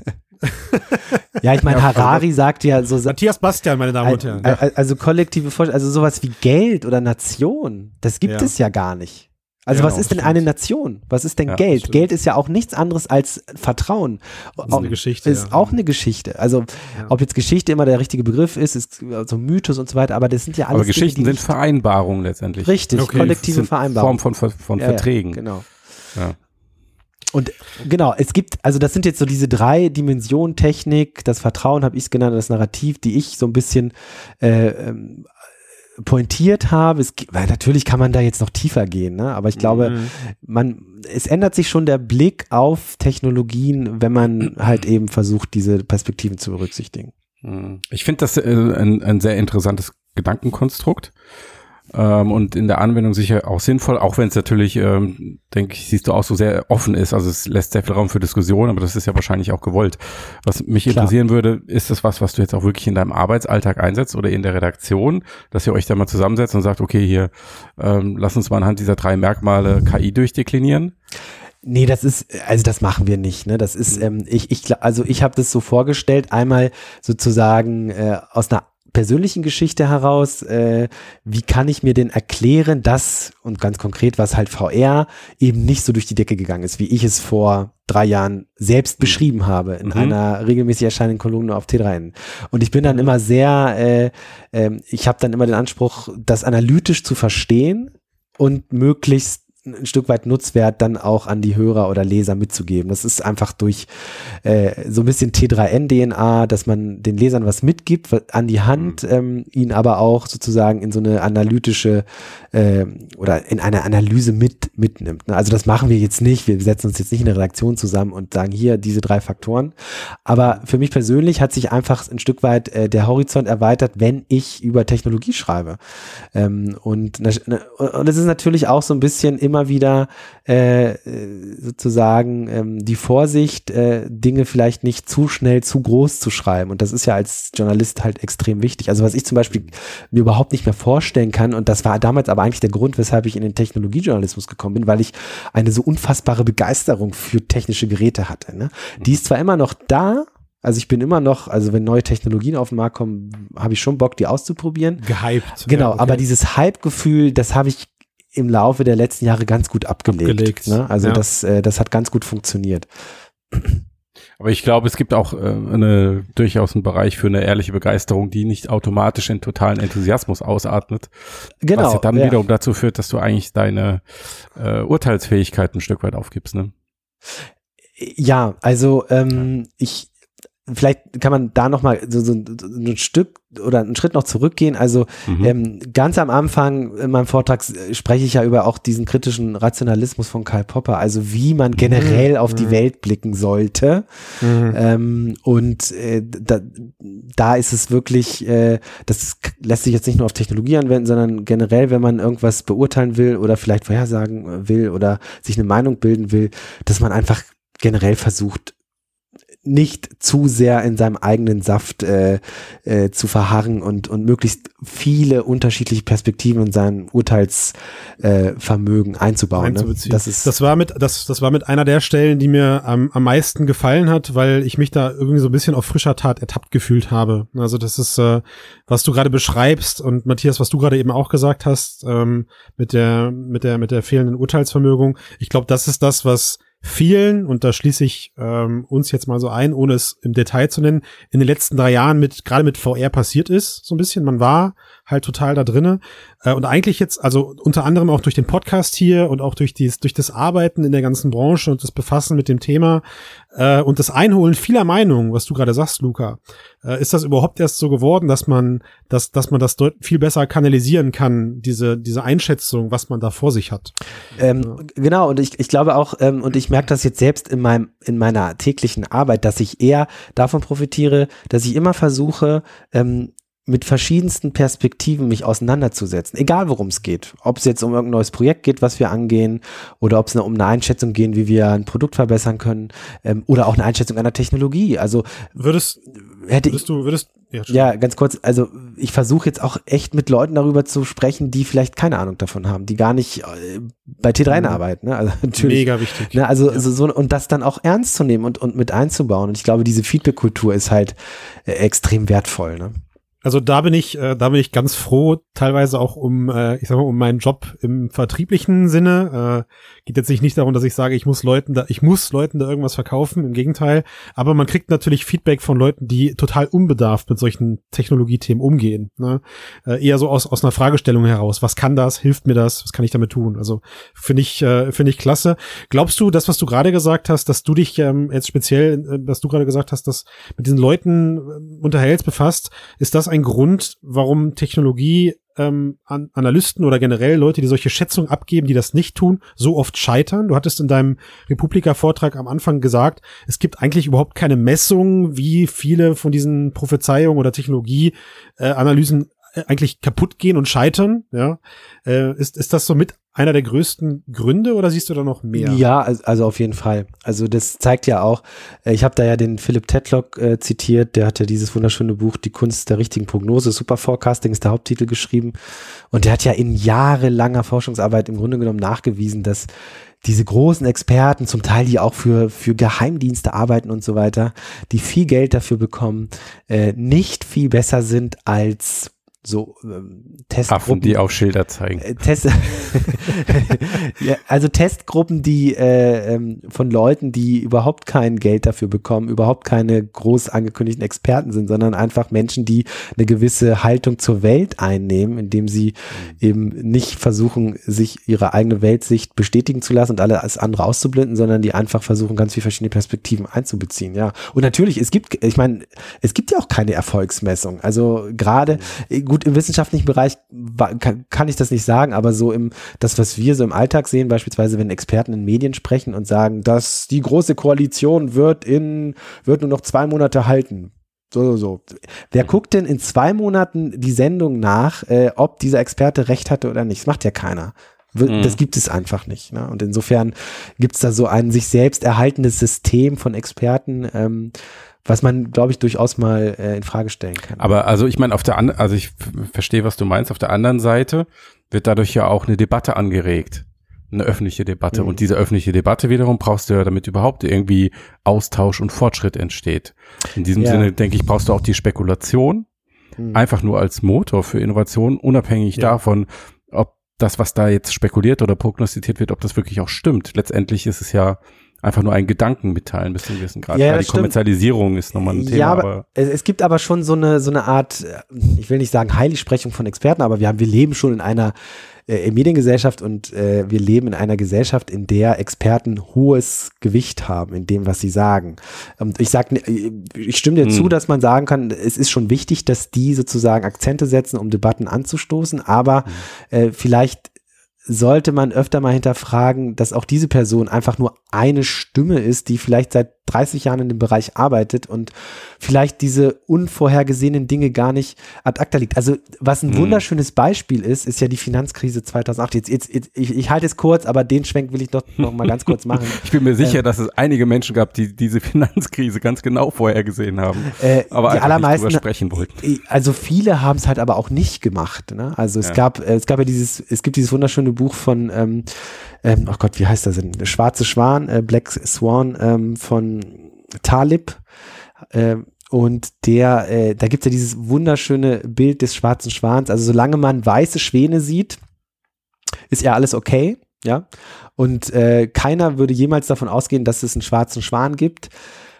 Ja, ich meine, Harari sagt ja so. Matthias Bastian, meine Damen und Herren. Also, also kollektive Vorstellung, also sowas wie Geld oder Nation, das gibt ja. es ja gar nicht. Also ja, was ist denn stimmt. eine Nation? Was ist denn ja, Geld? Geld ist ja auch nichts anderes als Vertrauen. Das ist auch, eine Geschichte. Ist ja. auch eine Geschichte. Also ja. ob jetzt Geschichte immer der richtige Begriff ist, ist so also Mythos und so weiter, aber das sind ja alles Aber Geschichten Dinge, sind Vereinbarungen letztendlich. Richtig, okay. kollektive Vereinbarungen. Form von, von ja, Verträgen. Ja, genau. Ja. Und genau, es gibt, also das sind jetzt so diese drei Dimensionen, Technik, das Vertrauen habe ich es genannt, das Narrativ, die ich so ein bisschen äh, ähm, pointiert habe. Es, weil natürlich kann man da jetzt noch tiefer gehen, ne? Aber ich glaube, mhm. man, es ändert sich schon der Blick auf Technologien, wenn man halt eben versucht, diese Perspektiven zu berücksichtigen. Ich finde das äh, ein, ein sehr interessantes Gedankenkonstrukt. ähm, und in der Anwendung sicher auch sinnvoll, auch wenn es natürlich, ähm, denke ich, siehst du auch so sehr offen ist. Also es lässt sehr viel Raum für Diskussion, aber das ist ja wahrscheinlich auch gewollt. Was mich Klar. interessieren würde, ist das was, was du jetzt auch wirklich in deinem Arbeitsalltag einsetzt oder in der Redaktion, dass ihr euch da mal zusammensetzt und sagt, okay, hier, ähm, lass uns mal anhand dieser drei Merkmale K I durchdeklinieren? Nee, das ist, also das machen wir nicht, ne? Das ist, ähm, ich, ich, gla- also ich habe das so vorgestellt, einmal sozusagen äh, aus einer persönlichen Geschichte heraus, äh, wie kann ich mir denn erklären, dass, und ganz konkret, was halt V R eben nicht so durch die Decke gegangen ist, wie ich es vor drei Jahren selbst beschrieben habe, in Mhm. einer regelmäßig erscheinenden Kolumne auf T drei N. Und ich bin dann immer sehr, äh, äh, ich habe dann immer den Anspruch, das analytisch zu verstehen und möglichst ein Stück weit Nutzwert dann auch an die Hörer oder Leser mitzugeben. Das ist einfach durch äh, so ein bisschen T drei N-D N A, dass man den Lesern was mitgibt was an die Hand, mhm. ähm, ihn aber auch sozusagen in so eine analytische äh, oder in eine Analyse mit mitnimmt. Ne? Also das machen wir jetzt nicht. Wir setzen uns jetzt nicht in der Redaktion zusammen und sagen, hier diese drei Faktoren. Aber für mich persönlich hat sich einfach ein Stück weit äh, der Horizont erweitert, wenn ich über Technologie schreibe. Ähm, und, ne, und es ist natürlich auch so ein bisschen immer wieder äh, sozusagen ähm, die Vorsicht, äh, Dinge vielleicht nicht zu schnell, zu groß zu schreiben. Und das ist ja als Journalist halt extrem wichtig. Also was ich zum Beispiel mir überhaupt nicht mehr vorstellen kann, und das war damals aber eigentlich der Grund, weshalb ich in den Technologiejournalismus gekommen bin, weil ich eine so unfassbare Begeisterung für technische Geräte hatte. Ne? Die ist zwar immer noch da, also ich bin immer noch, also wenn neue Technologien auf den Markt kommen, habe ich schon Bock, die auszuprobieren. Gehypt. Genau, ja, okay. aber dieses Hype-Gefühl, das habe ich im Laufe der letzten Jahre ganz gut abgelegt. abgelegt. Ne? Also ja. das, äh, das hat ganz gut funktioniert. Aber ich glaube, es gibt auch äh, eine, durchaus einen Bereich für eine ehrliche Begeisterung, die nicht automatisch in totalen Enthusiasmus ausatmet. Genau. Was ja dann ja. wiederum dazu führt, dass du eigentlich deine äh, Urteilsfähigkeit ein Stück weit aufgibst, ne? Ja, also ähm, ja. ich vielleicht kann man da nochmal so, so, so ein Stück oder einen Schritt noch zurückgehen. Also mhm. ähm, ganz am Anfang in meinem Vortrag spreche ich ja über auch diesen kritischen Rationalismus von Karl Popper, also wie man generell mhm. auf die Welt blicken sollte. Mhm. Ähm, und äh, da, da ist es wirklich, äh, das lässt sich jetzt nicht nur auf Technologie anwenden, sondern generell, wenn man irgendwas beurteilen will oder vielleicht vorhersagen will oder sich eine Meinung bilden will, dass man einfach generell versucht, nicht zu sehr in seinem eigenen Saft äh, äh, zu verharren und, und möglichst viele unterschiedliche Perspektiven in sein Urteilsvermögen äh, einzubauen. Ne? Das, ist das, war mit, das, das war mit einer der Stellen, die mir am, am meisten gefallen hat, weil ich mich da irgendwie so ein bisschen auf frischer Tat ertappt gefühlt habe. Also das ist, äh, was du gerade beschreibst und Matthias, was du gerade eben auch gesagt hast, ähm, mit der, mit der, mit der fehlenden Urteilsvermögen. Ich glaube, das ist das, was vielen, und da schließe ich ähm, uns jetzt mal so ein, ohne es im Detail zu nennen, in den letzten drei Jahren mit gerade mit V R passiert ist, so ein bisschen. Man war halt total da drinne. Äh, und eigentlich jetzt, also unter anderem auch durch den Podcast hier und auch durch dies, durch das Arbeiten in der ganzen Branche und das Befassen mit dem Thema äh, und das Einholen vieler Meinungen, was du gerade sagst, Luca, äh, ist das überhaupt erst so geworden, dass man, dass, dass man das deut- viel besser kanalisieren kann, diese, diese Einschätzung, was man da vor sich hat. Ähm, ja. Genau, und ich, ich glaube auch, ähm, und ich merke das jetzt selbst in meinem, in meiner täglichen Arbeit, dass ich eher davon profitiere, dass ich immer versuche, ähm, mit verschiedensten Perspektiven mich auseinanderzusetzen, egal worum es geht. Ob es jetzt um irgendein neues Projekt geht, was wir angehen, oder ob es um eine Einschätzung geht, wie wir ein Produkt verbessern können, ähm, oder auch eine Einschätzung einer Technologie. Also würdest, hätte würdest ich, du, würdest, ja, ja, ganz kurz, also ich versuche jetzt auch echt mit Leuten darüber zu sprechen, die vielleicht keine Ahnung davon haben, die gar nicht äh, bei T drei N mhm. arbeiten. Ne? Also natürlich, mega wichtig. Ne? Also ja. so, so, und das dann auch ernst zu nehmen und, und mit einzubauen. Und ich glaube, diese Feedback-Kultur ist halt äh, extrem wertvoll. Ne? Also da bin ich, äh, da bin ich ganz froh, teilweise auch um, äh, ich sag mal, um meinen Job im vertrieblichen Sinne. Äh, geht jetzt nicht darum, dass ich sage, ich muss Leuten da, ich muss Leuten da irgendwas verkaufen, im Gegenteil. Aber man kriegt natürlich Feedback von Leuten, die total unbedarft mit solchen Technologiethemen umgehen. Ne? Äh, eher so aus aus einer Fragestellung heraus. Was kann das? Hilft mir das? Was kann ich damit tun? Also finde ich, äh, finde ich klasse. Glaubst du, das, was du gerade gesagt hast, dass du dich ähm, jetzt speziell, äh, was du gerade gesagt hast, dass mit diesen Leuten äh, unterhältst, befasst, ist das ein Grund, warum Technologie ähm, an Analysten oder generell Leute, die solche Schätzungen abgeben, die das nicht tun, so oft scheitern? Du hattest in deinem Republika-Vortrag am Anfang gesagt, es gibt eigentlich überhaupt keine Messung, wie viele von diesen Prophezeiungen oder Technologieanalysen eigentlich kaputt gehen und scheitern, ja. Äh, ist, ist das so mit einer der größten Gründe oder siehst du da noch mehr? Ja, also auf jeden Fall. Also das zeigt ja auch, ich habe da ja den Philip Tetlock äh, zitiert, der hat ja dieses wunderschöne Buch Die Kunst der richtigen Prognose, Super Forecasting ist der Haupttitel geschrieben und der hat ja in jahrelanger Forschungsarbeit im Grunde genommen nachgewiesen, dass diese großen Experten, zum Teil die auch für, für Geheimdienste arbeiten und so weiter, die viel Geld dafür bekommen, äh, nicht viel besser sind als so ähm, Testgruppen. Affen, die auf Schilder zeigen. Äh, Test ja, also Testgruppen, die äh, ähm, von Leuten, die überhaupt kein Geld dafür bekommen, überhaupt keine groß angekündigten Experten sind, sondern einfach Menschen, die eine gewisse Haltung zur Welt einnehmen, indem sie mhm. eben nicht versuchen, sich ihre eigene Weltsicht bestätigen zu lassen und alles andere auszublenden, sondern die einfach versuchen, ganz viele verschiedene Perspektiven einzubeziehen. Ja. Und natürlich, es gibt, ich meine, es gibt ja auch keine Erfolgsmessung. Also gerade, mhm. gut, im wissenschaftlichen Bereich kann, kann ich das nicht sagen, aber so im, das, was wir so im Alltag sehen, beispielsweise, wenn Experten in Medien sprechen und sagen, dass die große Koalition wird in, wird nur noch zwei Monate halten. So, so, so. Wer mhm. guckt denn in zwei Monaten die Sendung nach, äh, ob dieser Experte recht hatte oder nicht? Das macht ja keiner. Das gibt es einfach nicht. Ne? Und insofern gibt es da so ein sich selbst erhaltendes System von Experten, ähm, was man, glaube ich, durchaus mal äh, in Frage stellen kann. Aber also ich meine, auf der anderen, also ich f- verstehe, was du meinst. Auf der anderen Seite wird dadurch ja auch eine Debatte angeregt, eine öffentliche Debatte. Mhm. Und diese öffentliche Debatte wiederum brauchst du ja, damit überhaupt irgendwie Austausch und Fortschritt entsteht. In diesem ja. Sinne, denke ich, brauchst du auch die Spekulation, mhm. einfach nur als Motor für Innovation, unabhängig ja. davon, ob das, was da jetzt spekuliert oder prognostiziert wird, ob das wirklich auch stimmt. Letztendlich ist es ja einfach nur ein Gedanken mitteilen bis zu einem gewissen Grad. Ja, ja, die stimmt. Kommerzialisierung ist nochmal ein Thema. Ja, aber, aber es, es gibt aber schon so eine, so eine Art, ich will nicht sagen Heiligsprechung von Experten, aber wir haben, wir leben schon in einer äh, Mediengesellschaft und äh, wir leben in einer Gesellschaft, in der Experten hohes Gewicht haben in dem, was sie sagen. Und ich sag, ich stimme dir hm. zu, dass man sagen kann, es ist schon wichtig, dass die sozusagen Akzente setzen, um Debatten anzustoßen, aber hm. äh, vielleicht sollte man öfter mal hinterfragen, dass auch diese Person einfach nur eine Stimme ist, die vielleicht seit dreißig Jahren in dem Bereich arbeitet und vielleicht diese unvorhergesehenen Dinge gar nicht ad acta liegt. Also was ein mhm. wunderschönes Beispiel ist, ist ja die Finanzkrise zweitausendacht. Jetzt, jetzt, jetzt ich, ich halte es kurz, aber den Schwenk will ich doch noch mal ganz kurz machen. Ich bin mir sicher, ähm, dass es einige Menschen gab, die diese Finanzkrise ganz genau vorhergesehen haben, äh, aber die einfach nicht drüber allermeisten sprechen wollten. Also viele haben es halt aber auch nicht gemacht. Ne? Also es ja. gab, es gab ja dieses, es gibt dieses wunderschöne Buch von, ähm, ähm, oh Gott, wie heißt das denn? Schwarze Schwan, äh, Black Swan ähm, von Talib. Äh, und der, äh, da gibt es ja dieses wunderschöne Bild des schwarzen Schwans. Also solange man weiße Schwäne sieht, ist ja alles okay. Ja. Und äh, keiner würde jemals davon ausgehen, dass es einen schwarzen Schwan gibt.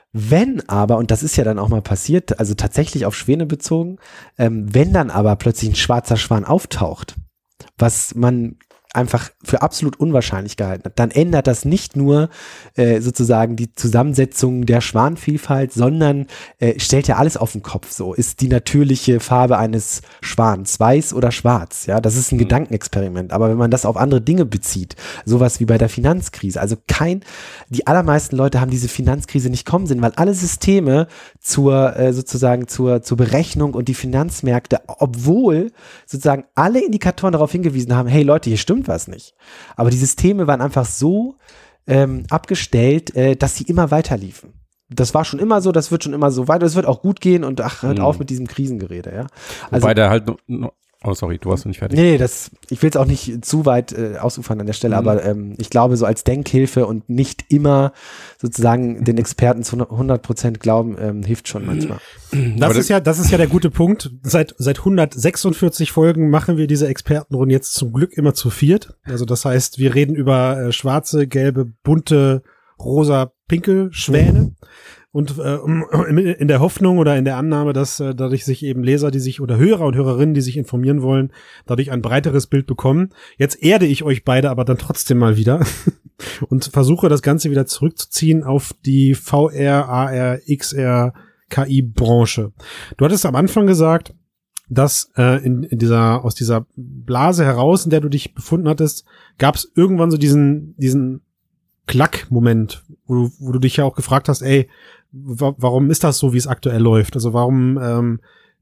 Wenn aber, und das ist ja dann auch mal passiert, also tatsächlich auf Schwäne bezogen, ähm, wenn dann aber plötzlich ein schwarzer Schwan auftaucht, was man einfach für absolut unwahrscheinlich gehalten hat, dann ändert das nicht nur äh, sozusagen die Zusammensetzung der Schwanvielfalt, sondern äh, stellt ja alles auf den Kopf. So ist die natürliche Farbe eines Schwans weiß oder schwarz. Ja, das ist ein mhm. Gedankenexperiment. Aber wenn man das auf andere Dinge bezieht, sowas wie bei der Finanzkrise, also kein, die allermeisten Leute haben diese Finanzkrise nicht kommen sehen, weil alle Systeme zur äh, sozusagen zur zur Berechnung und die Finanzmärkte, obwohl sozusagen alle Indikatoren darauf hingewiesen haben, hey Leute, hier stimmt was nicht. Aber die Systeme waren einfach so ähm, abgestellt, äh, dass sie immer weiter liefen. Das war schon immer so, das wird schon immer so weiter, es wird auch gut gehen und ach, hört mhm. auf mit diesem Krisengerede, ja. Also, wobei der halt, no, oh sorry, du warst noch nicht fertig. Nee, das, ich will es auch nicht zu weit äh, ausufern an der Stelle, mhm. aber ähm, ich glaube, so als Denkhilfe und nicht immer sozusagen den Experten zu hundert Prozent glauben, ähm, hilft schon manchmal. Das ist ja, das ist ja der gute Punkt. Seit, seit hundertsechsundvierzig Folgen machen wir diese Expertenrunde jetzt zum Glück immer zu viert. Also das heißt, wir reden über äh, schwarze, gelbe, bunte, rosa, pinke Schwäne. Und äh, in der Hoffnung oder in der Annahme, dass äh, dadurch sich eben Leser, die sich oder Hörer und Hörerinnen, die sich informieren wollen, dadurch ein breiteres Bild bekommen. Jetzt erde ich euch beide aber dann trotzdem mal wieder und versuche das Ganze wieder zurückzuziehen auf die V R, A R, X R, K I-Branche. Du hattest am Anfang gesagt, dass äh, in, in dieser aus dieser Blase heraus, in der du dich befunden hattest, gab es irgendwann so diesen diesen Klack-Moment, wo du, wo du dich ja auch gefragt hast, ey, wa- warum ist das so, wie es aktuell läuft? Also warum, ähm,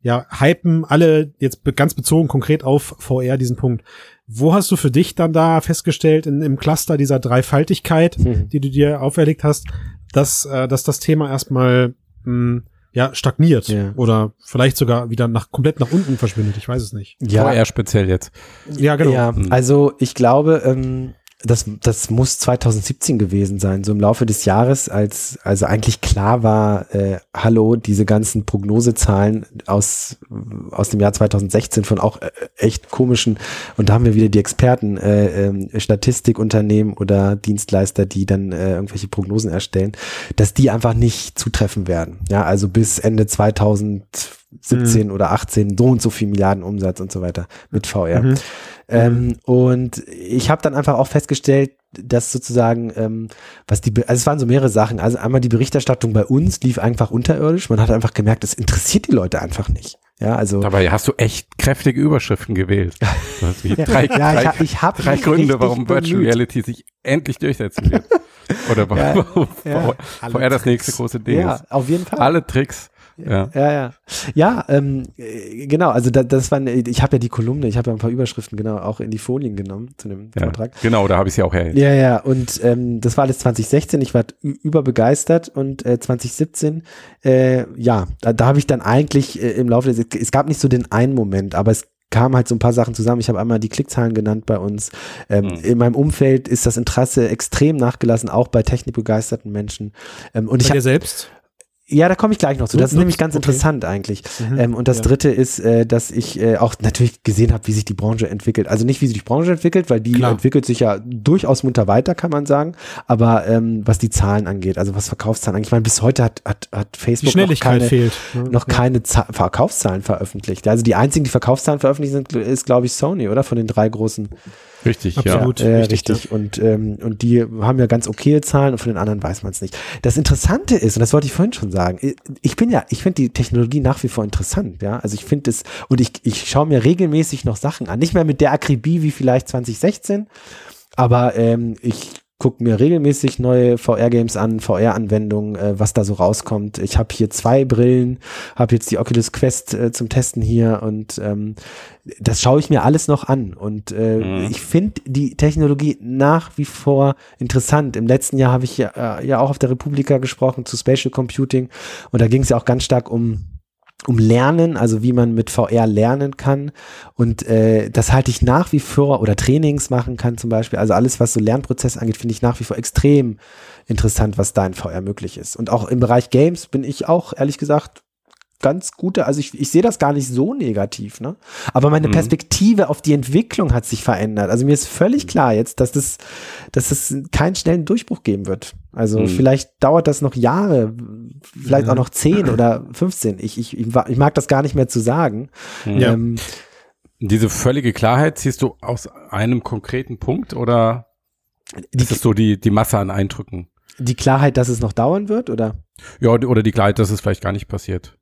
ja, hypen alle jetzt be- ganz bezogen konkret auf V R diesen Punkt. Wo hast du für dich dann da festgestellt in, im Cluster dieser Dreifaltigkeit, mhm. die du dir auferlegt hast, dass, äh, dass das Thema erstmal mh, ja, stagniert ja. oder vielleicht sogar wieder nach komplett nach unten verschwindet, ich weiß es nicht. Ja, V R speziell jetzt. Ja, genau. Ja, also ich glaube, ähm, das, das muss zwanzig siebzehn gewesen sein, so im Laufe des Jahres, als also eigentlich klar war, äh, hallo, diese ganzen Prognosezahlen aus aus dem Jahr zwanzig sechzehn von auch äh, echt komischen, und da haben wir wieder die Experten, äh, äh, Statistikunternehmen oder Dienstleister, die dann äh, irgendwelche Prognosen erstellen, dass die einfach nicht zutreffen werden. Ja, also bis Ende zwanzig siebzehn mhm. oder achtzehn so und so viel Milliarden Umsatz und so weiter mit V R. Mhm. Ähm, mhm. Und ich habe dann einfach auch festgestellt, dass sozusagen, ähm, was die, also es waren so mehrere Sachen. Also einmal die Berichterstattung bei uns lief einfach unterirdisch. Man hat einfach gemerkt, es interessiert die Leute einfach nicht. Ja, also. Dabei hast du echt kräftige Überschriften gewählt. Du hast ja, drei, ja, drei, ich hab, ich hab drei Gründe, warum Virtual Reality sich endlich durchsetzen wird. Oder warum ja, ja. V R das nächste große Ding ja, ist. Ja, auf jeden Fall. Alle Tricks. Ja, ja, ja. Ja, ähm, genau, also da, das waren, ich habe ja die Kolumne, ich habe ja ein paar Überschriften genau auch in die Folien genommen zu dem ja, Vortrag. Genau, da habe ich sie auch her. Ja, ja, und ähm, das war alles zwanzig sechzehn, ich war überbegeistert und äh, zwanzig siebzehn, äh, ja, da, da habe ich dann eigentlich äh, im Laufe des, es gab nicht so den einen Moment, aber es kamen halt so ein paar Sachen zusammen. Ich habe einmal die Klickzahlen genannt bei uns. Ähm, mhm. In meinem Umfeld ist das Interesse extrem nachgelassen, auch bei technikbegeisterten Menschen. Ähm, und bei ich dir selbst? Ja, da komme ich gleich noch zu. Das ist nämlich ganz okay. interessant eigentlich. Mhm, ähm, und das ja. Dritte ist, äh, dass ich äh, auch natürlich gesehen habe, wie sich die Branche entwickelt. Also nicht, wie sich die Branche entwickelt, weil die Klar. entwickelt sich ja durchaus munter weiter, kann man sagen. Aber ähm, was die Zahlen angeht, also was Verkaufszahlen angeht. Ich meine, bis heute hat, hat, hat Facebook die Schnelligkeit noch keine, fehlt. noch ja. keine Z- Verkaufszahlen veröffentlicht. Also die einzigen, die Verkaufszahlen veröffentlicht sind, ist, glaube ich, Sony, oder? Von den drei großen. Richtig, Absolut, ja. Äh, richtig. richtig. Ja. Und, ähm, und die haben ja ganz okaye Zahlen und von den anderen weiß man es nicht. Das Interessante ist, und das wollte ich vorhin schon sagen, ich bin ja, ich finde die Technologie nach wie vor interessant, ja. Also ich finde es, und ich, ich schaue mir regelmäßig noch Sachen an. Nicht mehr mit der Akribie wie vielleicht zwanzig sechzehn, aber ähm, ich gucke mir regelmäßig neue V R-Games an, V R-Anwendungen, äh, was da so rauskommt. Ich habe hier zwei Brillen, habe jetzt die Oculus Quest äh, zum Testen hier und ähm, das schaue ich mir alles noch an. Und äh, mhm. ich finde die Technologie nach wie vor interessant. Im letzten Jahr habe ich ja, äh, ja auch auf der Republika gesprochen zu Spatial Computing und da ging es ja auch ganz stark um um Lernen, also wie man mit V R lernen kann und äh, das halte ich nach wie vor, oder Trainings machen kann zum Beispiel, also alles, was so Lernprozess angeht, finde ich nach wie vor extrem interessant, was da in V R möglich ist. Und auch im Bereich Games bin ich auch, ehrlich gesagt, ganz gute, also ich, ich sehe das gar nicht so negativ, ne? Aber meine mhm. Perspektive auf die Entwicklung hat sich verändert. Also mir ist völlig klar jetzt, dass das, dass es keinen schnellen Durchbruch geben wird. Also mhm. vielleicht dauert das noch Jahre, vielleicht ja. auch noch zehn oder fünfzehn. Ich, ich, ich mag das gar nicht mehr zu sagen. Ja. Ähm, Diese völlige Klarheit ziehst du aus einem konkreten Punkt oder ist es so die, die Masse an Eindrücken? Die Klarheit, dass es noch dauern wird, oder? Ja, oder die Klarheit, dass es vielleicht gar nicht passiert.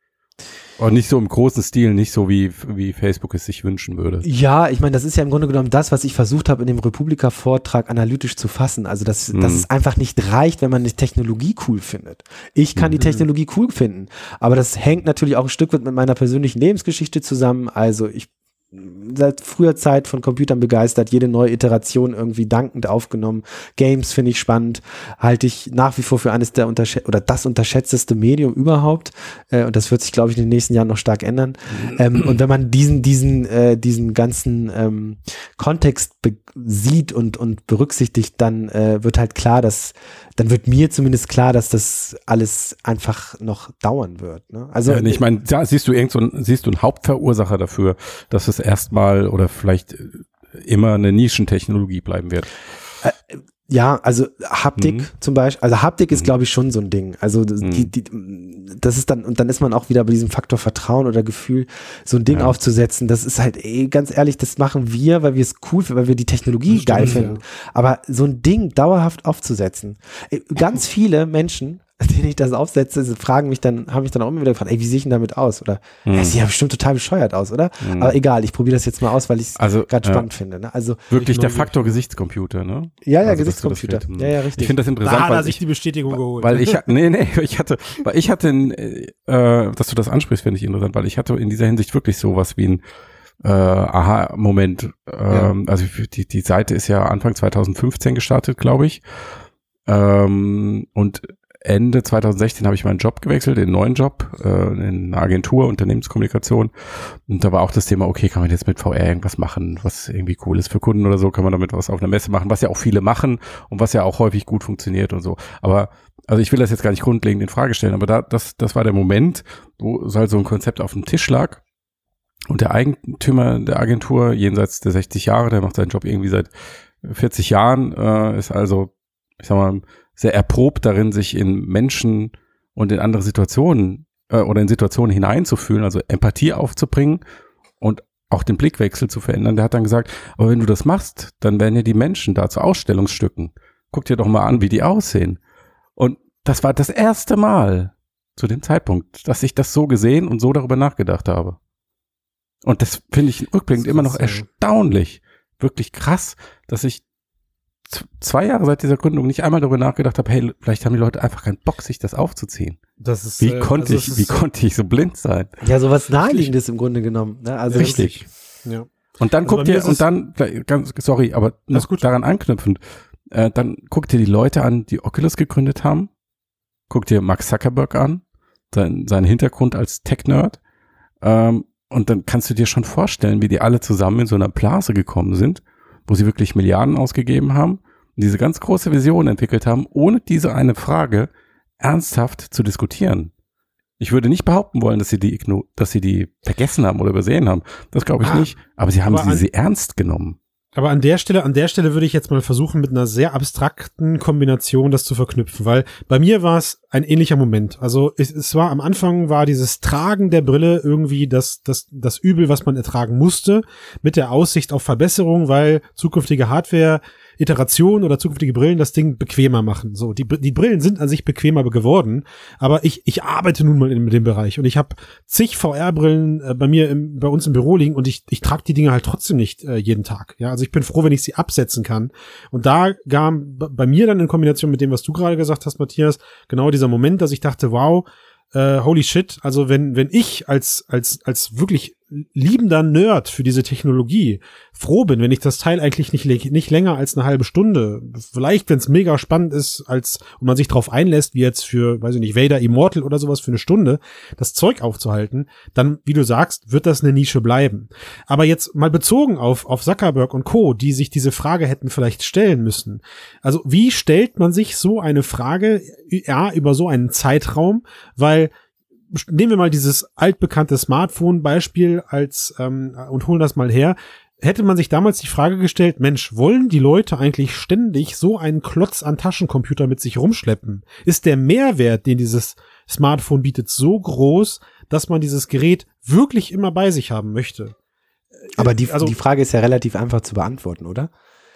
Und nicht so im großen Stil, nicht so wie, wie Facebook es sich wünschen würde. Ja, ich meine, das ist ja im Grunde genommen das, was ich versucht habe, in dem Republika-Vortrag analytisch zu fassen. Also, dass, mhm. dass es einfach nicht reicht, wenn man die Technologie cool findet. Ich kann mhm. die Technologie cool finden, aber das hängt natürlich auch ein Stück weit mit meiner persönlichen Lebensgeschichte zusammen. Also, ich seit früher Zeit von Computern begeistert, jede neue Iteration irgendwie dankend aufgenommen. Games finde ich spannend, halte ich nach wie vor für eines der unterschä- oder das unterschätzteste Medium überhaupt. Äh, und das wird sich, glaube ich, in den nächsten Jahren noch stark ändern. Ähm, und wenn man diesen, diesen, äh, diesen ganzen ähm, Kontext be- sieht und, und berücksichtigt, dann äh, wird halt klar, dass dann wird mir zumindest klar, dass das alles einfach noch dauern wird. Ne? Also ja, ich meine, da siehst du irgend so ein, siehst du einen Hauptverursacher dafür, dass es erstmal oder vielleicht immer eine Nischentechnologie bleiben wird? Äh, ja, also Haptik mhm. zum Beispiel, also Haptik ist, mhm. glaube ich, schon so ein Ding. Also mhm. die, die, das ist dann, und dann ist man auch wieder bei diesem Faktor Vertrauen oder Gefühl, so ein Ding ja. aufzusetzen. Das ist halt, ey, ganz ehrlich, das machen wir, weil wir es cool finden, weil wir die Technologie geil finden. Ja. Aber so ein Ding dauerhaft aufzusetzen. Ey, ganz viele Menschen denen ich das aufsetze, sie fragen mich dann, haben mich dann auch immer wieder gefragt, ey, wie sehe ich denn damit aus? Oder, Hm. ja, sieht ja bestimmt total bescheuert aus, oder? Hm. Aber egal, ich probiere das jetzt mal aus, weil ich es Also, gerade ja. spannend finde. Ne? Also, Wirklich der neugierig. Faktor Gesichtscomputer, ne? ja, ja, Also, dass du das Gesichtscomputer. fehlt. Ja, ja, richtig. Ich finde das Da interessant, hat er weil sich ich, die Bestätigung geholt. weil ich, nee, nee, ich hatte, weil ich hatte, äh, dass du das ansprichst, finde ich interessant, weil ich hatte in dieser Hinsicht wirklich sowas wie ein äh, Aha-Moment. Ähm, Ja. Also die, die Seite ist ja Anfang zwanzig fünfzehn gestartet, glaube ich. Ähm, und Ende zwanzig sechzehn habe ich meinen Job gewechselt, den neuen Job, äh, in einer Agentur, Unternehmenskommunikation. Und da war auch das Thema, okay, kann man jetzt mit V R irgendwas machen, was irgendwie cool ist für Kunden oder so, kann man damit was auf einer Messe machen, was ja auch viele machen und was ja auch häufig gut funktioniert und so. Aber, also ich will das jetzt gar nicht grundlegend in Frage stellen, aber da, das, das war der Moment, wo so halt so ein Konzept auf dem Tisch lag und der Eigentümer der Agentur, jenseits der sechzig Jahre, der macht seinen Job irgendwie seit vierzig Jahren, äh, ist also, ich sag mal, sehr erprobt darin, sich in Menschen und in andere Situationen äh, oder in Situationen hineinzufühlen, also Empathie aufzubringen und auch den Blickwechsel zu verändern. Der hat dann gesagt, aber wenn du das machst, dann werden ja die Menschen da zu Ausstellungsstücken. Guck dir doch mal an, wie die aussehen. Und das war das erste Mal zu dem Zeitpunkt, dass ich das so gesehen und so darüber nachgedacht habe. Und das finde ich rückblickend immer noch erstaunlich, wirklich krass, dass ich zwei Jahre seit dieser Gründung nicht einmal darüber nachgedacht habe, hey, vielleicht haben die Leute einfach keinen Bock, sich das aufzuziehen. Das ist, Wie äh, konnte also ich, es wie ist, konnte ich so blind sein? Ja, sowas Naheliegendes im Grunde genommen. Ne? Also Richtig. Ja. Und dann Also guckt bei mir ihr, ist und es- dann, ganz, sorry, aber noch gut. daran anknüpfend, äh, dann guckt ihr die Leute an, die Oculus gegründet haben, guckt ihr Mark Zuckerberg an, sein, seinen Hintergrund als Tech-Nerd, ähm, und dann kannst du dir schon vorstellen, wie die alle zusammen in so einer Blase gekommen sind, wo sie wirklich Milliarden ausgegeben haben und diese ganz große Vision entwickelt haben, ohne diese eine Frage ernsthaft zu diskutieren. Ich würde nicht behaupten wollen, dass sie die, igno- dass sie die vergessen haben oder übersehen haben. Das glaube ich Ah, nicht. Aber sie haben aber sie, an- sie ernst genommen. Aber an der Stelle, an der Stelle würde ich jetzt mal versuchen, mit einer sehr abstrakten Kombination das zu verknüpfen, weil bei mir war es ein ähnlicher Moment. Also es, es war am Anfang war dieses Tragen der Brille irgendwie das, das, das Übel, was man ertragen musste, mit der Aussicht auf Verbesserung, weil zukünftige Hardware, Iteration oder zukünftige Brillen das Ding bequemer machen. So, die, die Brillen sind an sich bequemer geworden, aber ich, ich arbeite nun mal in dem Bereich und ich habe zig V R-Brillen äh, bei mir im, bei uns im Büro liegen und ich, ich trage die Dinge halt trotzdem nicht äh, jeden Tag. Ja, also ich bin froh, wenn ich sie absetzen kann. Und da kam b- bei mir dann in Kombination mit dem, was du gerade gesagt hast, Matthias, genau dieser Moment, dass ich dachte, wow, äh, holy shit, also wenn, wenn ich als, als, als wirklich liebender Nerd für diese Technologie froh bin, wenn ich das Teil eigentlich nicht, le- nicht länger als eine halbe Stunde, vielleicht, wenn es mega spannend ist, als, und man sich drauf einlässt, wie jetzt für, weiß ich nicht, Vader Immortal oder sowas für eine Stunde, das Zeug aufzuhalten, dann, wie du sagst, wird das eine Nische bleiben. Aber jetzt mal bezogen auf, auf Zuckerberg und Co., die sich diese Frage hätten vielleicht stellen müssen. Also, wie stellt man sich so eine Frage, ja, über so einen Zeitraum, weil nehmen wir mal dieses altbekannte Smartphone-Beispiel als ähm, und holen das mal her. Hätte man sich damals die Frage gestellt, Mensch, wollen die Leute eigentlich ständig so einen Klotz an Taschencomputer mit sich rumschleppen? Ist der Mehrwert, den dieses Smartphone bietet, so groß, dass man dieses Gerät wirklich immer bei sich haben möchte? Aber die, Also- die Frage ist ja relativ einfach zu beantworten, oder?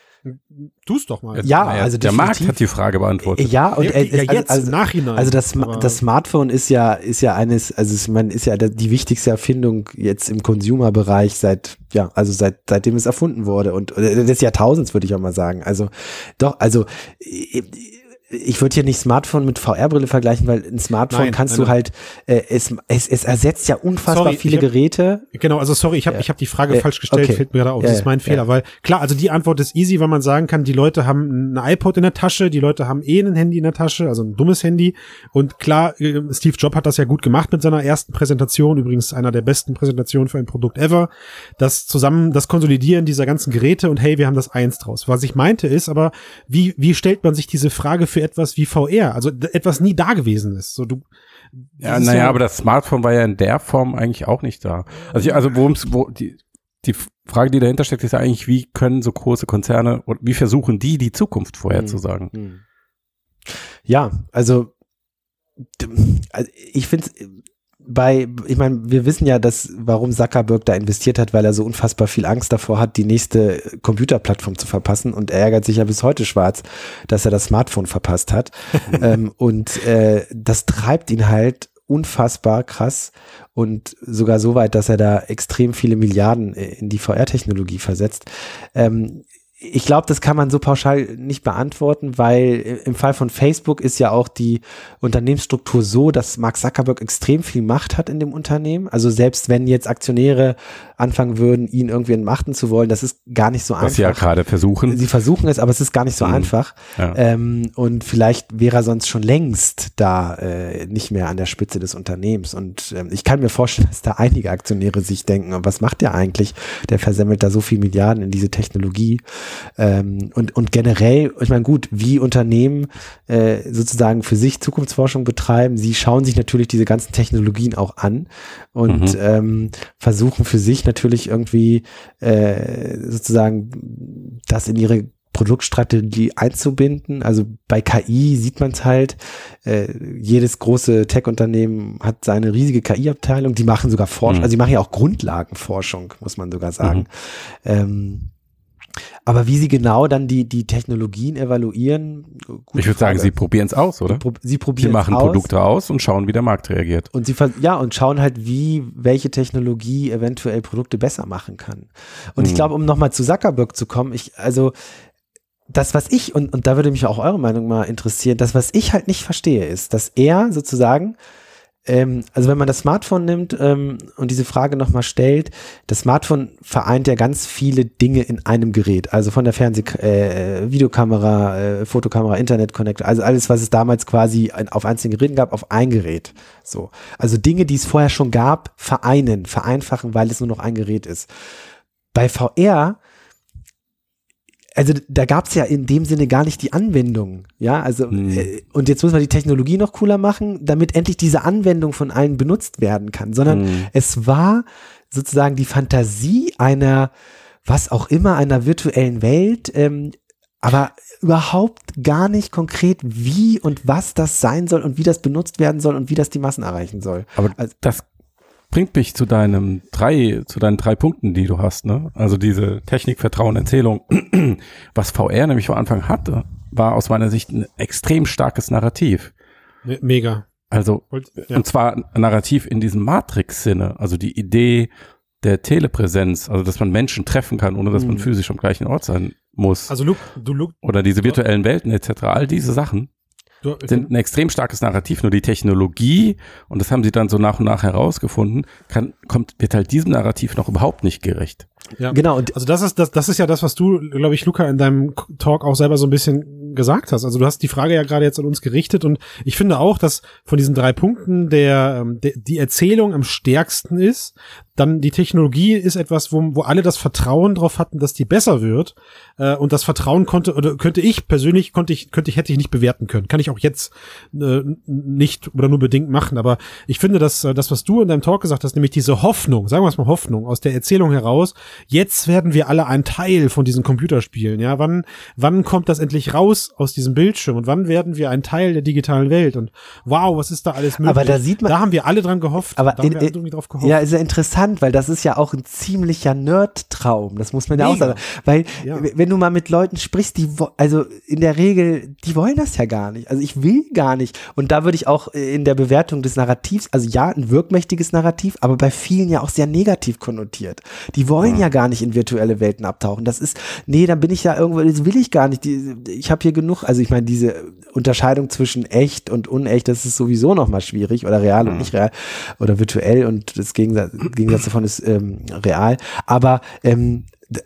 Tu's doch mal. Ja, Naja, also der Markt definitiv. hat die Frage beantwortet. Ja, und ja, äh, ja, also, jetzt also, im Nachhinein. Also das, Aber- das Smartphone ist ja, ist ja eines, also ich meine, ist ja die wichtigste Erfindung jetzt im Consumer-Bereich seit, ja, also seit, seitdem es erfunden wurde und äh, des Jahrtausends, würde ich auch mal sagen. Also doch, also äh, ich würde hier nicht Smartphone mit V R-Brille vergleichen, weil ein Smartphone Nein, kannst nein, du nein. halt, äh, es, es, es ersetzt ja unfassbar Sorry, viele ich hab- Geräte. Genau, also sorry, ich habe Ja. ich hab die Frage Ja, falsch gestellt, okay. fällt mir gerade auf. Ja, das ist mein ja, Fehler, ja. weil klar, also die Antwort ist easy, weil man sagen kann, die Leute haben ein iPod in der Tasche, die Leute haben eh ein Handy in der Tasche, also ein dummes Handy. Und klar, äh, Steve Jobs hat das ja gut gemacht mit seiner ersten Präsentation, übrigens einer der besten Präsentationen für ein Produkt ever. Das zusammen, das Konsolidieren dieser ganzen Geräte und hey, wir haben das eins draus. Was ich meinte ist aber, wie, wie stellt man sich diese Frage für etwas wie V R, also d- etwas nie da gewesen ist. So, du, Ja, das ist naja, aber das Smartphone war ja in der Form eigentlich auch nicht da. Also, ich, also worum's, wo die, die Frage, die dahinter steckt, ist ja eigentlich, wie können so große Konzerne und wie versuchen die, die Zukunft vorherzusagen? Hm. Ja, also, d- also ich finde es bei, ich meine, wir wissen ja, dass, warum Zuckerberg da investiert hat, weil er so unfassbar viel Angst davor hat, die nächste Computerplattform zu verpassen, und er ärgert sich ja bis heute schwarz, dass er das Smartphone verpasst hat. ähm, und äh, das treibt ihn halt unfassbar krass und sogar so weit, dass er da extrem viele Milliarden in die V R-Technologie versetzt. Ähm, Ich glaube, das kann man so pauschal nicht beantworten, weil im Fall von Facebook ist ja auch die Unternehmensstruktur so, dass Mark Zuckerberg extrem viel Macht hat in dem Unternehmen. Also selbst wenn jetzt Aktionäre anfangen würden, ihn irgendwie entmachten zu wollen, das ist gar nicht so einfach. Was sie ja gerade versuchen. Sie versuchen es, aber es ist gar nicht so mhm. einfach. Ja. Ähm, und vielleicht wäre er sonst schon längst da äh, nicht mehr an der Spitze des Unternehmens. Und ähm, ich kann mir vorstellen, dass da einige Aktionäre sich denken, was macht der eigentlich? Der versemmelt da so viel Milliarden in diese Technologie. Ähm, und, und generell, ich meine, gut, wie Unternehmen äh, sozusagen für sich Zukunftsforschung betreiben, sie schauen sich natürlich diese ganzen Technologien auch an und mhm. ähm, versuchen für sich natürlich irgendwie äh, sozusagen das in ihre Produktstrategie einzubinden. Also bei K I sieht man es halt, äh, jedes große Tech-Unternehmen hat seine riesige K I-Abteilung, die machen sogar Forschung, mhm. also die machen ja auch Grundlagenforschung, muss man sogar sagen. Mhm. Ähm, Aber wie sie genau dann die, die Technologien evaluieren, ich würde sagen, sie probieren es aus, oder? Pro, sie probieren Sie machen aus. Produkte aus und schauen, wie der Markt reagiert. Und sie ja und schauen halt, wie welche Technologie eventuell Produkte besser machen kann. Und hm. ich glaube, um nochmal zu Zuckerberg zu kommen, ich, also das, was ich, und, und da würde mich auch eure Meinung mal interessieren, das, was ich halt nicht verstehe, ist, dass er sozusagen Ähm, also wenn man das Smartphone nimmt ähm, und diese Frage nochmal stellt, das Smartphone vereint ja ganz viele Dinge in einem Gerät, also von der Fernseh-, äh, Videokamera, äh, Fotokamera, Internet-Connector, also alles, was es damals quasi auf einzelnen Geräten gab, auf ein Gerät. So, also Dinge, die es vorher schon gab, vereinen, vereinfachen, weil es nur noch ein Gerät ist. Bei V R, also da gab es ja in dem Sinne gar nicht die Anwendung, ja, also mhm. äh, und jetzt müssen wir die Technologie noch cooler machen, damit endlich diese Anwendung von allen benutzt werden kann, sondern mhm. es war sozusagen die Fantasie einer, was auch immer, einer virtuellen Welt, ähm, aber überhaupt gar nicht konkret, wie und was das sein soll und wie das benutzt werden soll und wie das die Massen erreichen soll. Aber also, das bringt mich zu deinem drei, zu deinen drei Punkten, die du hast, ne? Also diese Technik, Vertrauen, Erzählung. Was V R nämlich vor Anfang hatte, war aus meiner Sicht ein extrem starkes Narrativ. Mega. Also, ja. Und zwar ein Narrativ in diesem Matrix-Sinne, also die Idee der Telepräsenz, also dass man Menschen treffen kann, ohne dass mhm. man physisch am gleichen Ort sein muss. Also Luke, du Luke. Oder diese virtuellen Welten et cetera, all diese Sachen. Du, sind ein extrem starkes Narrativ, nur die Technologie, und das haben sie dann so nach und nach herausgefunden, kann, kommt, wird halt diesem Narrativ noch überhaupt nicht gerecht. Ja, genau. Und also das ist, das, das ist ja das, was du, glaube ich, Luca, in deinem Talk auch selber so ein bisschen gesagt hast. Also du hast die Frage ja gerade jetzt an uns gerichtet, und ich finde auch, dass von diesen drei Punkten der, der die Erzählung am stärksten ist. Dann die Technologie ist etwas, wo, wo alle das Vertrauen drauf hatten, dass die besser wird. Äh, und das Vertrauen konnte, oder könnte ich persönlich, konnte ich, könnte ich, hätte ich nicht bewerten können. Kann ich auch jetzt äh, nicht oder nur bedingt machen. Aber ich finde, dass das, was du in deinem Talk gesagt hast, nämlich diese Hoffnung, sagen wir es mal Hoffnung, aus der Erzählung heraus, jetzt werden wir alle ein Teil von diesen Computerspielen. Ja, wann, wann kommt das endlich raus aus diesem Bildschirm? Und wann werden wir ein Teil der digitalen Welt? Und wow, was ist da alles möglich? Aber da sieht man, da haben wir alle dran gehofft. Aber da haben in, wir alle irgendwie drauf gehofft. Ja, ist ja interessant, weil das ist ja auch ein ziemlicher Nerd-Traum. Das muss man ja Mega. auch sagen. Weil, ja. wenn du mal mit Leuten sprichst, die, also in der Regel, die wollen das ja gar nicht. Also ich will gar nicht. Und da würde ich auch in der Bewertung des Narrativs, also ja, ein wirkmächtiges Narrativ, aber bei vielen ja auch sehr negativ konnotiert. Die wollen ja, ja gar nicht in virtuelle Welten abtauchen. Das ist, nee, dann bin ich ja irgendwo, das will ich gar nicht. Die, ich habe hier genug, also ich meine, diese Unterscheidung zwischen echt und unecht, das ist sowieso nochmal schwierig, oder real mhm. und nicht real, oder virtuell, und das Gegensatz, Gegensatz davon ist ähm, real. Aber ähm,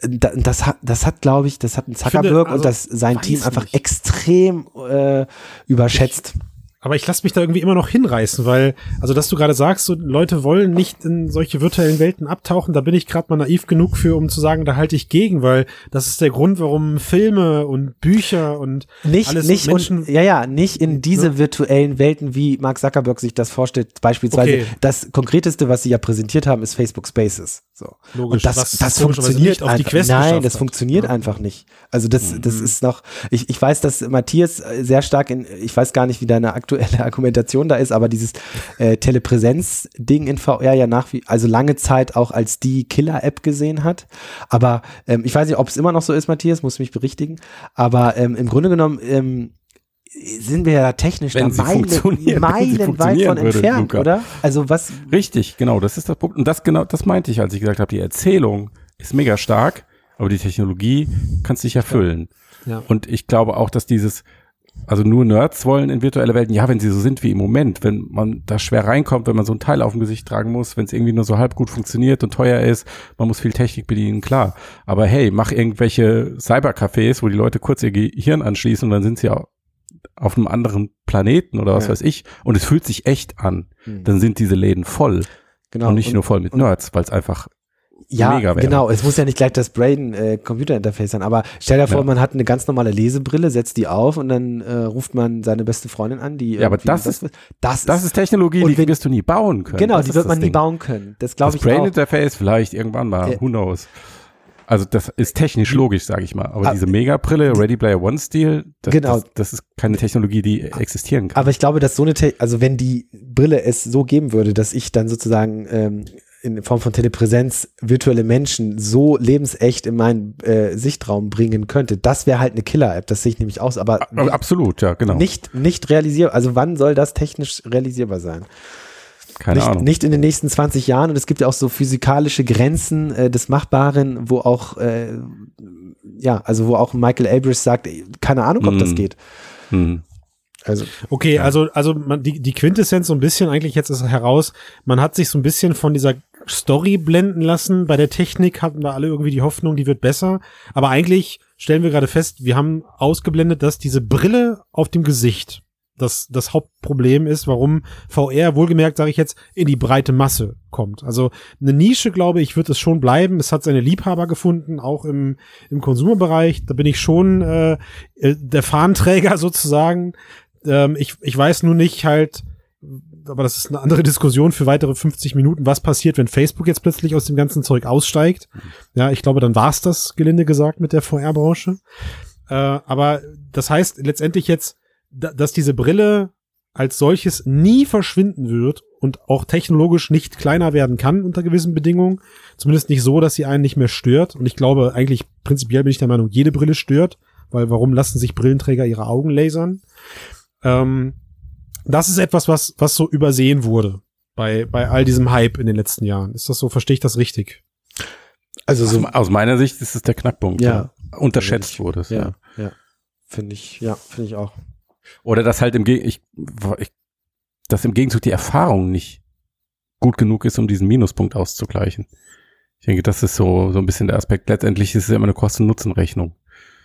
das hat, das hat, glaube ich, das hat ein Zuckerberg finde, also, und das sein Team einfach nicht. extrem äh, überschätzt. Ich, aber ich lasse mich da irgendwie immer noch hinreißen, weil, also dass du gerade sagst, so Leute wollen nicht in solche virtuellen Welten abtauchen, da bin ich gerade mal naiv genug für, um zu sagen, da halte ich gegen, weil das ist der Grund, warum Filme und Bücher und nicht, alles nicht Menschen... Und, ja, ja, nicht in diese ja. virtuellen Welten, wie Mark Zuckerberg sich das vorstellt, beispielsweise. Okay. Das Konkreteste, was sie ja präsentiert haben, ist Facebook Spaces. So. Logisch, und das, was das komischerweise funktioniert nicht auf die einfach. Quest Nein, geschafft das hat. funktioniert Ja. einfach nicht. Also das, Mhm. das ist noch, ich, ich weiß, dass Matthias sehr stark in, ich weiß gar nicht, wie deine aktuelle Argumentation da ist, aber dieses äh, Telepräsenz-Ding in V R ja nach wie, also lange Zeit auch als die Killer-App gesehen hat. Aber ähm, ich weiß nicht, ob es immer noch so ist, Matthias, muss mich berichtigen. Aber ähm, im Grunde genommen ähm, sind wir ja technisch Wenn da sie funktionieren, Meilen, wenn sie meilenweit funktionieren von würde, entfernt, Luca. oder? Also was, Richtig, genau, das ist der Punkt. Und das genau, das meinte ich, als ich gesagt habe, die Erzählung ist mega stark, aber die Technologie kannst dich erfüllen. Ja. Und ich glaube auch, dass dieses, also nur Nerds wollen in virtuelle Welten, ja, wenn sie so sind wie im Moment, wenn man da schwer reinkommt, wenn man so ein Teil auf dem Gesicht tragen muss, wenn es irgendwie nur so halb gut funktioniert und teuer ist, man muss viel Technik bedienen, klar. Aber hey, mach irgendwelche Cybercafés, wo die Leute kurz ihr Gehirn anschließen und dann sind sie auch auf einem anderen Planeten oder was Ja. weiß ich und es fühlt sich echt an. Hm. Dann sind diese Läden voll genau. und nicht Und- nur voll mit und- Nerds, weil es einfach Ja, mega wäre. genau. Es muss ja nicht gleich das Brain-Computer-Interface sein, aber stell dir vor, Ja. man hat eine ganz normale Lesebrille, setzt die auf und dann äh, ruft man seine beste Freundin an, die Ja, aber irgendwie das was- ist- das, Das ist Technologie, Und die wenn- wirst du nie bauen können. genau, das die ist wird das man nie Ding. bauen können. Das glaube Das ich auch. Brain-Interface vielleicht irgendwann mal, Äh, who knows. Also das ist technisch logisch, sage ich mal. Aber Ah, diese Megabrille, Ready Player One-Stil, das, Genau. das, das ist keine Technologie, die existieren kann. Aber ich glaube, dass so eine, Te also wenn die Brille es so geben würde, dass ich dann sozusagen ähm, in Form von Telepräsenz virtuelle Menschen so lebensecht in meinen äh, Sichtraum bringen könnte, das wäre halt eine Killer-App, das sehe ich nämlich aus, aber A- Absolut, ja, genau. nicht, nicht realisierbar. Also wann soll das technisch realisierbar sein? Keine nicht, Ahnung. nicht in den nächsten zwanzig Jahren und es gibt ja auch so physikalische Grenzen äh, des Machbaren, wo auch äh, ja, also wo auch Michael Abrams sagt, ey, keine Ahnung, ob Mm. das geht. Hm. Also Okay, also, also man, die, die Quintessenz so ein bisschen eigentlich jetzt ist heraus, man hat sich so ein bisschen von dieser Story blenden lassen. Bei der Technik hatten wir alle irgendwie die Hoffnung, die wird besser. Aber eigentlich stellen wir gerade fest, wir haben ausgeblendet, dass diese Brille auf dem Gesicht das, das Hauptproblem ist, warum V R, wohlgemerkt sage ich jetzt, in die breite Masse kommt. Also eine Nische, glaube ich, wird es schon bleiben. Es hat seine Liebhaber gefunden, auch im, im Konsumerbereich. Da bin ich schon äh, der Fahnenträger sozusagen. Ähm, ich, ich weiß nur nicht halt, aber das ist eine andere Diskussion für weitere fünfzig Minuten, was passiert, wenn Facebook jetzt plötzlich aus dem ganzen Zeug aussteigt. Ja, ich glaube, dann war's das, gelinde gesagt, mit der V R-Branche. Äh, aber das heißt letztendlich jetzt, da, dass diese Brille als solches nie verschwinden wird und auch technologisch nicht kleiner werden kann unter gewissen Bedingungen. Zumindest nicht so, dass sie einen nicht mehr stört. Und ich glaube, eigentlich prinzipiell bin ich der Meinung, jede Brille stört, weil warum lassen sich Brillenträger ihre Augen lasern? Ähm, das ist etwas, was, was so übersehen wurde bei, bei all diesem Hype in den letzten Jahren. Ist das so? Verstehe ich das richtig? also so Aus, aus meiner Sicht ist es der Knackpunkt. Ja. Unterschätzt wurde es. ja, ja. Finde ich, ja, finde ich auch. Oder dass halt im Geg ich, ich, dass im Gegenzug die Erfahrung nicht gut genug ist, um diesen Minuspunkt auszugleichen. Ich denke, das ist so, so ein bisschen der Aspekt. Letztendlich ist es ja immer eine Kosten-Nutzen-Rechnung.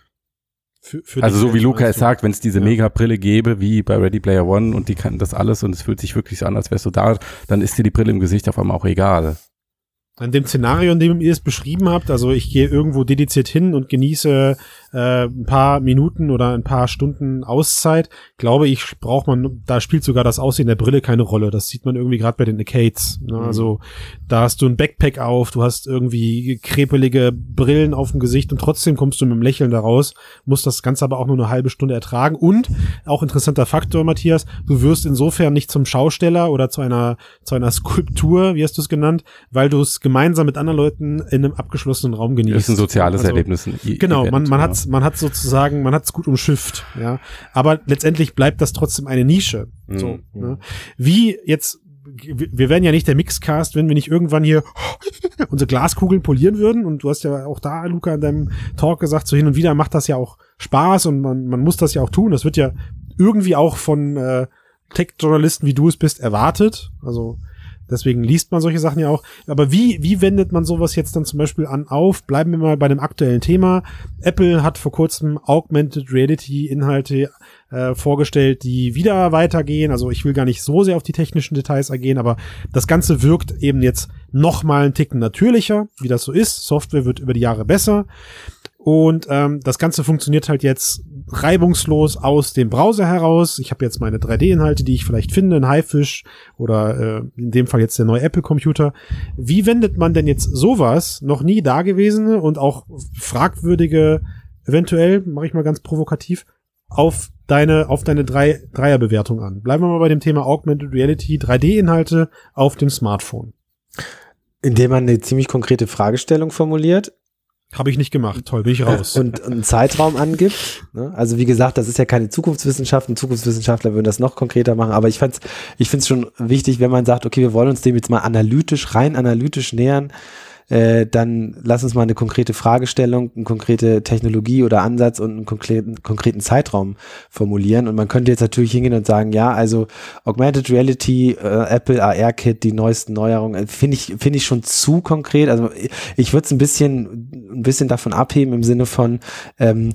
Für, für Also dich so wie selbst, Luca meinst es du? sagt, wenn es diese Ja. Mega-Brille gäbe, wie bei Ready Player One und die kann das alles und es fühlt sich wirklich so an, als wärst du da, dann ist dir die Brille im Gesicht auf einmal auch egal. An dem Szenario, in dem ihr es beschrieben habt, also ich gehe irgendwo dediziert hin und genieße äh, ein paar Minuten oder ein paar Stunden Auszeit, glaube ich, braucht man, da spielt sogar das Aussehen der Brille keine Rolle. Das sieht man irgendwie gerade bei den Arcades. Ne? Mhm. Also da hast du ein Backpack auf, du hast irgendwie krepelige Brillen auf dem Gesicht und trotzdem kommst du mit einem Lächeln da raus, musst das Ganze aber auch nur eine halbe Stunde ertragen. Und, auch interessanter Faktor, Matthias, du wirst insofern nicht zum Schausteller oder zu einer, zu einer Skulptur, wie hast du es genannt, weil du es gemeinsam mit anderen Leuten in einem abgeschlossenen Raum genießt. Das ist ein soziales Also, Erlebnis. ein I- Genau, Event, man, man ja. hat man hat sozusagen, man hat es gut umschifft, ja. Aber letztendlich bleibt das trotzdem eine Nische. So, Mhm. ne? Wie jetzt, wir wären ja nicht der Mixcast, wenn wir nicht irgendwann hier unsere Glaskugeln polieren würden. Und du hast ja auch da, Luca, in deinem Talk gesagt, so hin und wieder macht das ja auch Spaß und man, man muss das ja auch tun. Das wird ja irgendwie auch von äh, Tech-Journalisten, wie du es bist, erwartet. Also deswegen liest man solche Sachen ja auch. Aber wie, wie wendet man sowas jetzt dann zum Beispiel an auf? Bleiben wir mal bei dem aktuellen Thema. Apple hat vor kurzem Augmented Reality Inhalte äh, vorgestellt, die wieder weitergehen. Also ich will gar nicht so sehr auf die technischen Details eingehen, aber das Ganze wirkt eben jetzt noch mal einen Ticken natürlicher, wie das so ist. Software wird über die Jahre besser. Und ähm, das Ganze funktioniert halt jetzt reibungslos aus dem Browser heraus. Ich habe jetzt meine drei D-Inhalte, die ich vielleicht finde, ein Haifisch oder äh, in dem Fall jetzt der neue Apple-Computer. Wie wendet man denn jetzt sowas, noch nie dagewesene und auch fragwürdige, eventuell, mache ich mal ganz provokativ, auf deine auf deine drei Dreierbewertung an? Bleiben wir mal bei dem Thema Augmented Reality, drei D-Inhalte auf dem Smartphone. Indem man eine ziemlich konkrete Fragestellung formuliert. Habe ich nicht gemacht. Toll, bin ich raus. Und einen Zeitraum angibt. Ne? Also wie gesagt, das ist ja keine Zukunftswissenschaft. Ein Zukunftswissenschaftler würden das noch konkreter machen. Aber ich fand's, ich finde es schon wichtig, wenn man sagt, okay, wir wollen uns dem jetzt mal analytisch, rein analytisch nähern, äh, dann lass uns mal eine konkrete Fragestellung, eine konkrete Technologie oder Ansatz und einen konkreten, konkreten Zeitraum formulieren. Und man könnte jetzt natürlich hingehen und sagen, ja, also Augmented Reality, äh, Apple A R-Kit, die neuesten Neuerungen, finde ich, finde ich schon zu konkret. Also ich, ich würde es ein bisschen, ein bisschen davon abheben im Sinne von, ähm,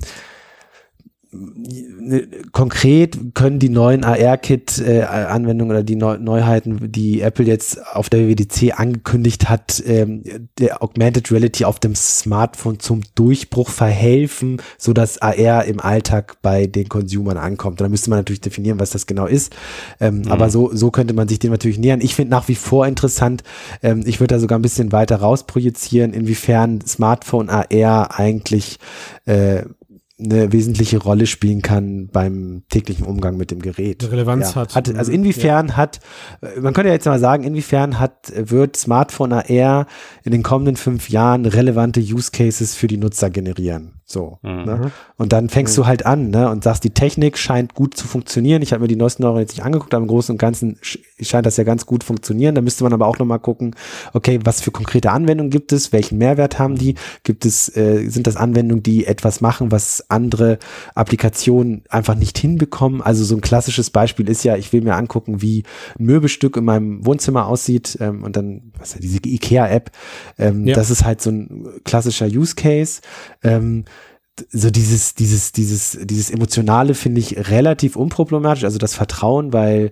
konkret können die neuen A R-Kit-Anwendungen äh, oder die Neu- Neuheiten, die Apple jetzt auf der W W D C angekündigt hat, ähm, der Augmented Reality auf dem Smartphone zum Durchbruch verhelfen, sodass A R im Alltag bei den Consumern ankommt. Und da müsste man natürlich definieren, was das genau ist. Ähm, mhm. Aber so, so könnte man sich dem natürlich nähern. Ich finde nach wie vor interessant, ähm, ich würde da sogar ein bisschen weiter rausprojizieren, inwiefern Smartphone A R eigentlich äh, eine wesentliche Rolle spielen kann beim täglichen Umgang mit dem Gerät. Relevanz ja, hat. hat. Also inwiefern ja. hat, man könnte ja jetzt mal sagen, inwiefern hat, wird Smartphone A R in den kommenden fünf Jahren relevante Use Cases für die Nutzer generieren. So. Mhm. Ne? Und dann fängst mhm. du halt an, ne, und sagst, die Technik scheint gut zu funktionieren. Ich habe mir die neuesten Neuerungen jetzt nicht angeguckt, aber im Großen und Ganzen scheint das ja ganz gut funktionieren. Da müsste man aber auch nochmal gucken, okay, was für konkrete Anwendungen gibt es? Welchen Mehrwert haben die? Gibt es, äh, sind das Anwendungen, die etwas machen, was andere Applikationen einfach nicht hinbekommen? Also so ein klassisches Beispiel ist ja, ich will mir angucken, wie ein Möbelstück in meinem Wohnzimmer aussieht, ähm, und dann, was ist ja, diese IKEA-App, ähm, ja. das ist halt so ein klassischer Use Case. Ähm, so dieses, dieses, dieses, dieses Emotionale finde ich relativ unproblematisch, also das Vertrauen, weil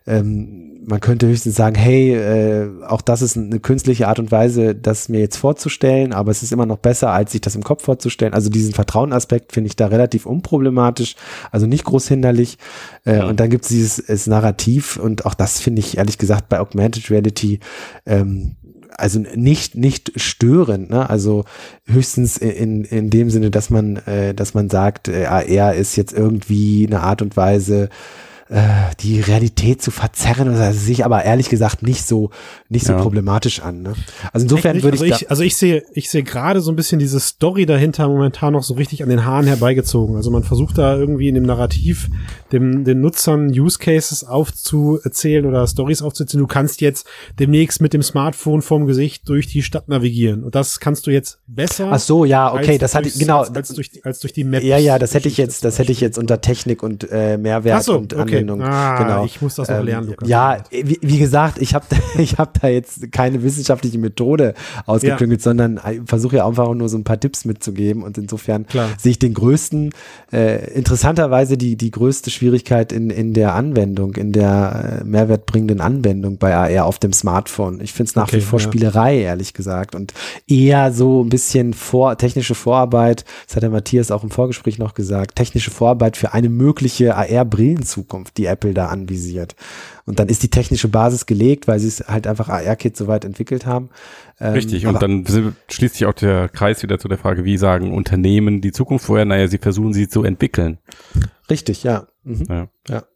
ähm, man könnte höchstens sagen, hey, äh, auch das ist eine künstliche Art und Weise, das mir jetzt vorzustellen, aber es ist immer noch besser, als sich das im Kopf vorzustellen. Also diesen Vertrauenaspekt finde ich da relativ unproblematisch, also nicht groß hinderlich. Äh, ja. Und dann gibt es dieses das Narrativ und auch das finde ich ehrlich gesagt bei Augmented Reality ähm, also nicht nicht störend, ne? Also höchstens in in dem Sinne, dass man äh, dass man sagt, äh, A R ist jetzt irgendwie eine Art und Weise, äh, die Realität zu verzerren. Das sehe ich aber ehrlich gesagt nicht so nicht so ja. problematisch an. Ne? Also insofern würde also ich, ich also ich sehe ich sehe gerade so ein bisschen diese Story dahinter momentan noch so richtig an den Haaren herbeigezogen. Also man versucht da irgendwie in dem Narrativ dem den Nutzern Use Cases aufzuerzählen oder Stories aufzuerzählen. Du kannst jetzt demnächst mit dem Smartphone vorm Gesicht durch die Stadt navigieren und das kannst du jetzt besser. Ach so, ja, okay, das hatte ich genau als, als durch die, als durch die Map. Ja, ja, das hätte ich jetzt, das hätte ich jetzt unter Technik und äh, Mehrwert so, und okay. Anwendung. Ah, genau. Ich muss das noch lernen, Lukas. Ja, wie, wie gesagt, ich habe ich habe da jetzt keine wissenschaftliche Methode ausgeklüngelt, ja. sondern versuche ja einfach nur so ein paar Tipps mitzugeben und insofern Klar. sehe ich den größten, äh, interessanterweise die die größte Schwierigkeit in in der Anwendung, in der äh, mehrwertbringenden Anwendung bei A R auf dem Smartphone. Ich finde es nach okay, wie vor ja. Spielerei, ehrlich gesagt, und eher so ein bisschen vor technische Vorarbeit, das hat der Matthias auch im Vorgespräch noch gesagt, technische Vorarbeit für eine mögliche A R-Brillenzukunft, die Apple da anvisiert. Und dann ist die technische Basis gelegt, weil sie es halt einfach A R-Kit so weit entwickelt haben. Ähm, Richtig, und dann schließt sich auch der Kreis wieder zu der Frage, wie sagen Unternehmen die Zukunft vorher? Naja, sie versuchen sie zu entwickeln. Richtig, ja. Mhm. Ja. ja.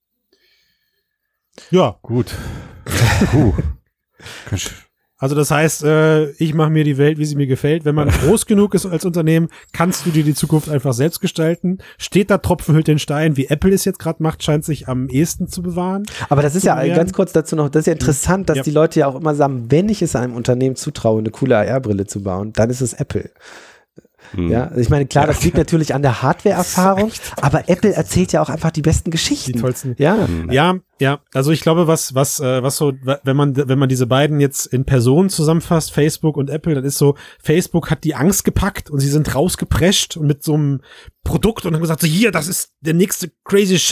Ja. Gut. Puh. Also das heißt, äh, ich mache mir die Welt, wie sie mir gefällt. Wenn man groß genug ist als Unternehmen, kannst du dir die Zukunft einfach selbst gestalten. Steht da Tropfen hüllt den Stein, wie Apple es jetzt gerade macht, scheint sich am ehesten zu bewahren. Aber das ist ja werden. ganz kurz dazu noch, das ist ja interessant, dass ja. die Leute ja auch immer sagen, wenn ich es einem Unternehmen zutraue, eine coole A R-Brille zu bauen, dann ist es Apple. Hm. Ja, ich meine, klar, das liegt natürlich an der Hardware-Erfahrung, aber Apple erzählt ja auch einfach die besten Geschichten. Die tollsten. Ja, hm. ja, ja. Also ich glaube, was, was, äh, was so, wenn man, wenn man diese beiden jetzt in Person zusammenfasst, Facebook und Apple, dann ist so, Facebook hat die Angst gepackt und sie sind rausgeprescht und mit so einem Produkt und haben gesagt, so hier, das ist der nächste crazy Shit.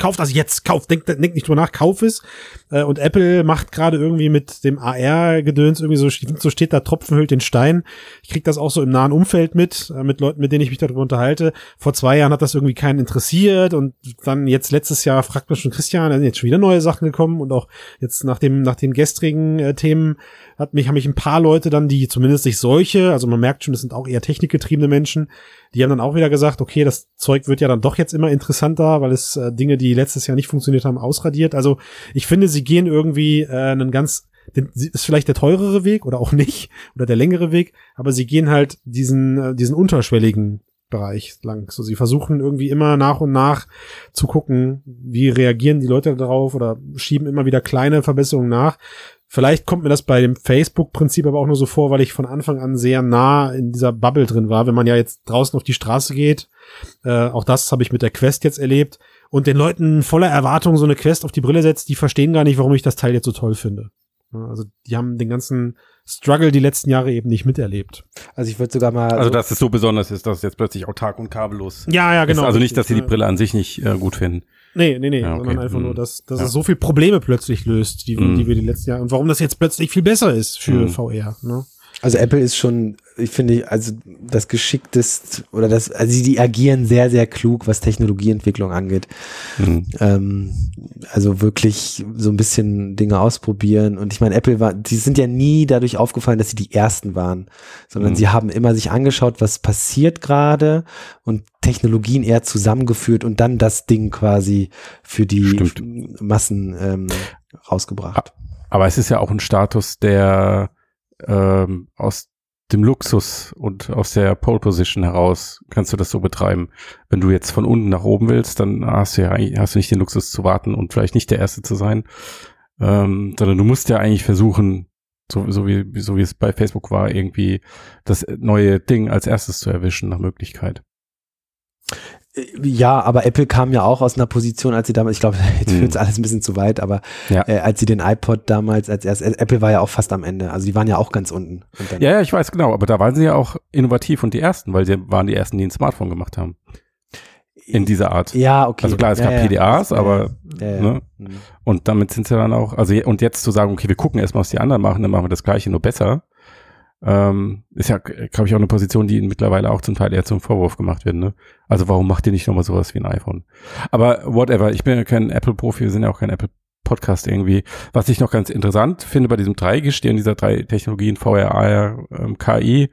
kauf das jetzt, kauf, denk, denk nicht drüber nach, kauf es. Äh, und Apple macht gerade irgendwie mit dem A R-Gedöns irgendwie so, so steht da, Tropfen hüllt den Stein. Ich krieg das auch so im nahen Umfeld mit, äh, mit Leuten, mit denen ich mich darüber unterhalte. Vor zwei Jahren hat das irgendwie keinen interessiert und dann jetzt letztes Jahr fragt man schon Christian, da sind jetzt schon wieder neue Sachen gekommen und auch jetzt nach dem, nach den gestrigen äh, Themen hat mich, haben mich ein paar Leute dann, die zumindest sich solche, also man merkt schon, das sind auch eher technikgetriebene Menschen, die haben dann auch wieder gesagt, okay, das Zeug wird ja dann doch jetzt immer interessanter, weil es äh, Dinge, die letztes Jahr nicht funktioniert haben, ausradiert. Also ich finde, sie gehen irgendwie äh, einen ganz, den, ist vielleicht der teurere Weg oder auch nicht, oder der längere Weg, aber sie gehen halt diesen, äh, diesen unterschwelligen Bereich lang. So, sie versuchen irgendwie immer nach und nach zu gucken, wie reagieren die Leute darauf oder schieben immer wieder kleine Verbesserungen nach. Vielleicht kommt mir das bei dem Facebook-Prinzip aber auch nur so vor, weil ich von Anfang an sehr nah in dieser Bubble drin war. Wenn man ja jetzt draußen auf die Straße geht, äh, auch das habe ich mit der Quest jetzt erlebt, und den Leuten voller Erwartung so eine Quest auf die Brille setzt, die verstehen gar nicht, warum ich das Teil jetzt so toll finde. Also die haben den ganzen Struggle die letzten Jahre eben nicht miterlebt. Also ich würde sogar mal... Also so dass es so besonders ist, dass es jetzt plötzlich autark und kabellos ja, ja, genau. ist. Also nicht, dass sie die Brille an sich nicht äh, gut finden. Nee, nee, nee, ja, okay. sondern einfach hm. nur, dass, dass ja. es so viel Probleme plötzlich löst, die, hm. die wir die letzten Jahre, und warum das jetzt plötzlich viel besser ist für hm. V R. Ne? Also Apple ist schon, ich finde, also das geschicktest, oder das, also die agieren sehr, sehr klug, was Technologieentwicklung angeht. Mhm. Ähm, also wirklich so ein bisschen Dinge ausprobieren. Und ich meine, Apple war, die sind ja nie dadurch aufgefallen, dass sie die Ersten waren, sondern mhm. sie haben immer sich angeschaut, was passiert gerade, und Technologien eher zusammengeführt und dann das Ding quasi für die Stimmt. Massen ähm, rausgebracht. Aber es ist ja auch ein Status, der Ähm, aus dem Luxus und aus der Pole Position heraus kannst du das so betreiben. Wenn du jetzt von unten nach oben willst, dann hast du ja eigentlich, hast du nicht den Luxus zu warten und vielleicht nicht der Erste zu sein, ähm, sondern du musst ja eigentlich versuchen, so, so wie, so wie es bei Facebook war, irgendwie das neue Ding als erstes zu erwischen nach Möglichkeit. Ja, aber Apple kam ja auch aus einer Position, als sie damals, ich glaube, jetzt führt es alles ein bisschen zu weit, aber ja. äh, als sie den iPod damals als erstes, Apple war ja auch fast am Ende, also die waren ja auch ganz unten. Und dann ja, ja, ich weiß genau, aber da waren sie ja auch innovativ und die Ersten, weil sie waren die Ersten, die ein Smartphone gemacht haben. In dieser Art. Ja, okay. Also klar, es ja, gab ja, P D As, das, aber ja, ja. Ne? Mhm. Und damit sind sie dann auch, also und jetzt zu sagen, okay, wir gucken erstmal, was die anderen machen, dann machen wir das Gleiche, nur besser. Ähm, ist ja, glaube ich, auch eine Position, die mittlerweile auch zum Teil eher zum Vorwurf gemacht wird, ne? Also warum macht ihr nicht nochmal sowas wie ein iPhone? Aber whatever, ich bin ja kein Apple-Profi, wir sind ja auch kein Apple-Podcast irgendwie. Was ich noch ganz interessant finde bei diesem Dreigestirn dieser drei Technologien, V R, A R, ähm, K I,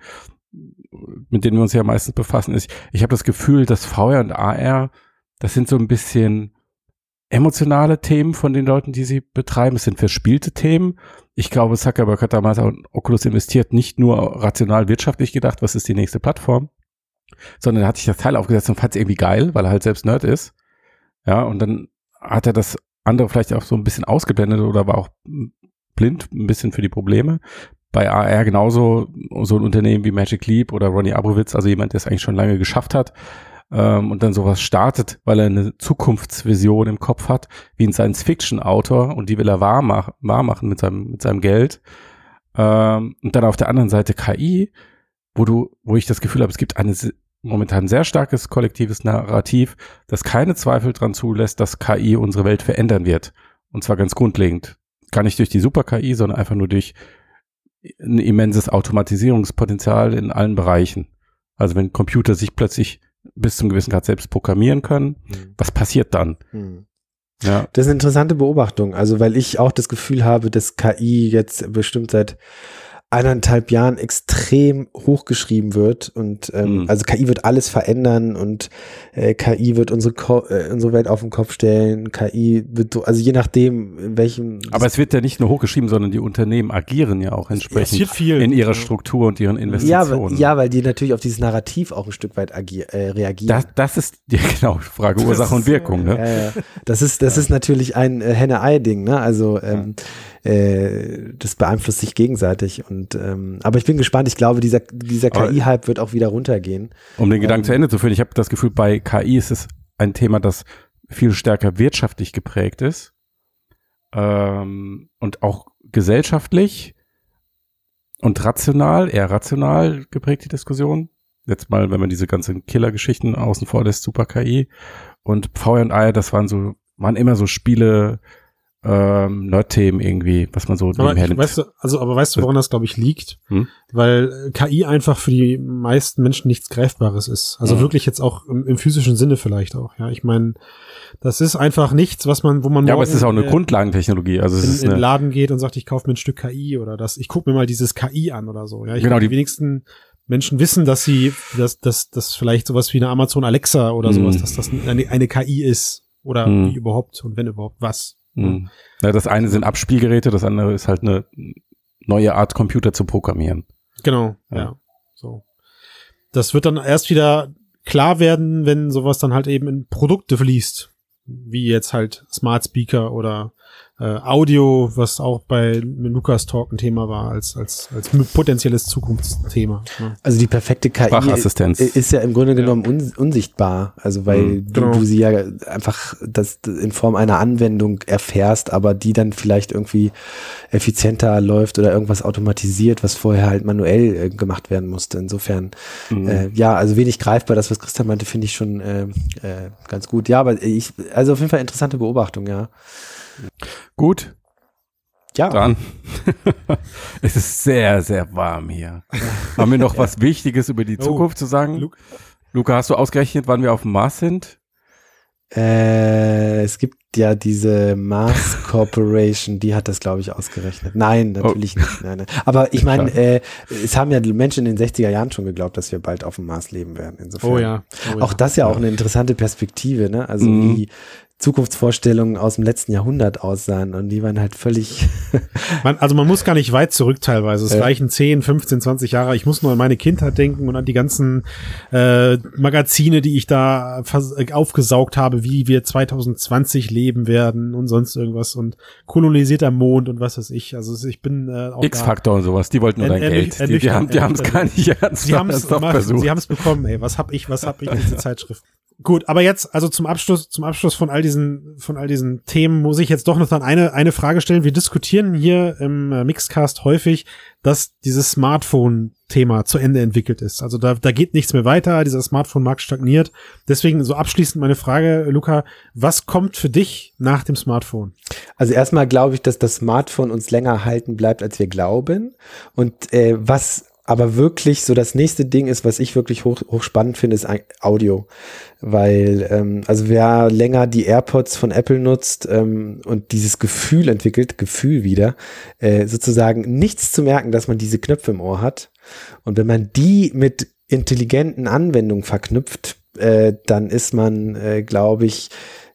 mit denen wir uns ja meistens befassen, ist, ich habe das Gefühl, dass V R und A R, das sind so ein bisschen emotionale Themen von den Leuten, die sie betreiben. Es sind verspielte Themen. Ich glaube, Zuckerberg hat damals auch in Oculus investiert, nicht nur rational wirtschaftlich gedacht, was ist die nächste Plattform, sondern er hat sich das Teil aufgesetzt und fand es irgendwie geil, weil er halt selbst Nerd ist. Ja, und dann hat er das andere vielleicht auch so ein bisschen ausgeblendet oder war auch blind ein bisschen für die Probleme. Bei A R genauso so ein Unternehmen wie Magic Leap oder Ronny Abrowitz, also jemand, der es eigentlich schon lange geschafft hat, ähm, und dann sowas startet, weil er eine Zukunftsvision im Kopf hat, wie ein Science-Fiction-Autor, und die will er wahr, mach, wahr machen mit seinem, mit seinem Geld. Ähm, und dann auf der anderen Seite K I, wo du, wo ich das Gefühl habe, es gibt eine momentan sehr starkes kollektives Narrativ, das keine Zweifel dran zulässt, dass K I unsere Welt verändern wird. Und zwar ganz grundlegend. Gar nicht durch die Super-K I, sondern einfach nur durch ein immenses Automatisierungspotenzial in allen Bereichen. Also wenn Computer sich plötzlich bis zum gewissen Grad selbst programmieren können, mhm. was passiert dann? Mhm. Ja. Das ist eine interessante Beobachtung, also weil ich auch das Gefühl habe, dass K I jetzt bestimmt seit eineinhalb Jahren extrem hochgeschrieben wird und ähm, mhm. also K I wird alles verändern und äh, K I wird unsere Ko- äh, unsere Welt auf den Kopf stellen, K I wird, also je nachdem in welchem... Aber es wird ja nicht nur hochgeschrieben, sondern die Unternehmen agieren ja auch entsprechend viel, in ihrer ja. Struktur und ihren Investitionen. Ja, ja, weil die natürlich auf dieses Narrativ auch ein Stück weit agier- äh, reagieren. Das, das ist die genau Frage Ursache und Wirkung. Ne? Ja, ja. Das ist das ja. ist natürlich ein äh, Henne-Ei-Ding, ne? Also ähm, ja. äh, das beeinflusst sich gegenseitig und Und, ähm, aber ich bin gespannt, ich glaube, dieser, dieser K I-Hype wird auch wieder runtergehen. Um den ähm, Gedanken zu Ende zu führen, ich habe das Gefühl, bei K I ist es ein Thema, das viel stärker wirtschaftlich geprägt ist ähm, und auch gesellschaftlich und rational, eher rational geprägt, die Diskussion. Jetzt mal, wenn man diese ganzen Killer-Geschichten außen vor lässt, Super-K I und V R und A R, das waren so waren immer so Spiele, ähm, Nerd-Themen irgendwie, was man so aber nebenher ich, nimmt. weißt du, also, aber weißt du, woran das, glaube ich, liegt? Hm? Weil K I einfach für die meisten Menschen nichts Greifbares ist. Also Mhm. wirklich jetzt auch im, im physischen Sinne vielleicht auch. Ja, ich meine, das ist einfach nichts, was man, wo man Ja, aber es ist auch eine äh, Grundlagentechnologie. Also es in, ist in den eine, Laden geht und sagt, ich kaufe mir ein Stück K I oder das. Ich gucke mir mal dieses K I an oder so. Ja, ich Genau, glaub, die die- wenigsten Menschen wissen, dass sie, dass, dass, dass vielleicht sowas wie eine Amazon Alexa oder sowas, Mhm. dass das eine, eine K I ist oder Mhm. wie überhaupt und wenn überhaupt was. mh. Ja, das eine sind Abspielgeräte, das andere ist halt eine neue Art Computer zu programmieren. Genau, Ja. ja. So. Das wird dann erst wieder klar werden, wenn sowas dann halt eben in Produkte fließt. Wie jetzt halt Smart Speaker oder äh, Audio, was auch bei Lukas Talk ein Thema war, als, als, als potenzielles Zukunftsthema. Ja. Also die perfekte K I Sprachassistenz. ist ja im Grunde genommen un unsichtbar. Also weil Mhm. du, Genau. du sie ja einfach das in Form einer Anwendung erfährst, aber die dann vielleicht irgendwie effizienter läuft oder irgendwas automatisiert, was vorher halt manuell äh, gemacht werden musste. Insofern, Mhm. äh, ja, also wenig greifbar. Das, was Christian meinte, finde ich schon äh, äh, ganz gut. Ja, aber ich, also auf jeden Fall interessante Beobachtung, ja. Gut, Ja, dann. Es ist sehr, sehr warm hier. Haben wir noch was Wichtiges über die Oh. Zukunft zu sagen? Luke? Luca, hast du ausgerechnet, wann wir auf dem Mars sind? Äh, es gibt ja diese Mars Corporation, die hat das, glaube ich, ausgerechnet. Nein, natürlich nicht. Nein, nein. Aber ich meine, äh, es haben ja die Menschen in den sechziger Jahren schon geglaubt, dass wir bald auf dem Mars leben werden. Insofern. Oh ja. Oh ja. Auch das ja auch eine interessante Perspektive, ne? Also Mhm. wie Zukunftsvorstellungen aus dem letzten Jahrhundert aussahen und die waren halt völlig Man, also man muss gar nicht weit zurück teilweise. Es Ja. reichen zehn, fünfzehn, zwanzig Jahre. Ich muss nur an meine Kindheit denken und an die ganzen äh, Magazine, die ich da vers- äh, aufgesaugt habe, wie wir zwanzig zwanzig leben werden und sonst irgendwas und kolonisierter Mond und was weiß ich. Also ich bin äh, auch da. X-Faktor und sowas, die wollten nur dein Ernüch- Geld. Die, die haben die haben es ernüchtert. gar nicht ernst Sie haben es ernsthaft versucht. Sie haben es bekommen, ey. Was hab ich, was hab ich diese Zeitschrift? Gut, aber jetzt, also zum Abschluss, zum Abschluss von all diesen, von all diesen Themen muss ich jetzt doch noch dann eine, eine Frage stellen. Wir diskutieren hier im äh, Mixcast häufig, dass dieses Smartphone-Thema zu Ende entwickelt ist. Also da, da geht nichts mehr weiter. Dieser Smartphone-Markt stagniert. Deswegen so abschließend meine Frage, Luca, was kommt für dich nach dem Smartphone? Also erstmal glaube ich, dass das Smartphone uns länger halten bleibt, als wir glauben. Und äh, was aber wirklich so das nächste Ding ist, was ich wirklich hoch, hoch spannend finde, ist Audio. Weil, ähm, also wer länger die AirPods von Apple nutzt ähm, und dieses Gefühl entwickelt, Gefühl wieder, äh, sozusagen nichts zu merken, dass man diese Knöpfe im Ohr hat. Und wenn man die mit intelligenten Anwendungen verknüpft, äh, dann ist man, äh, glaube ich,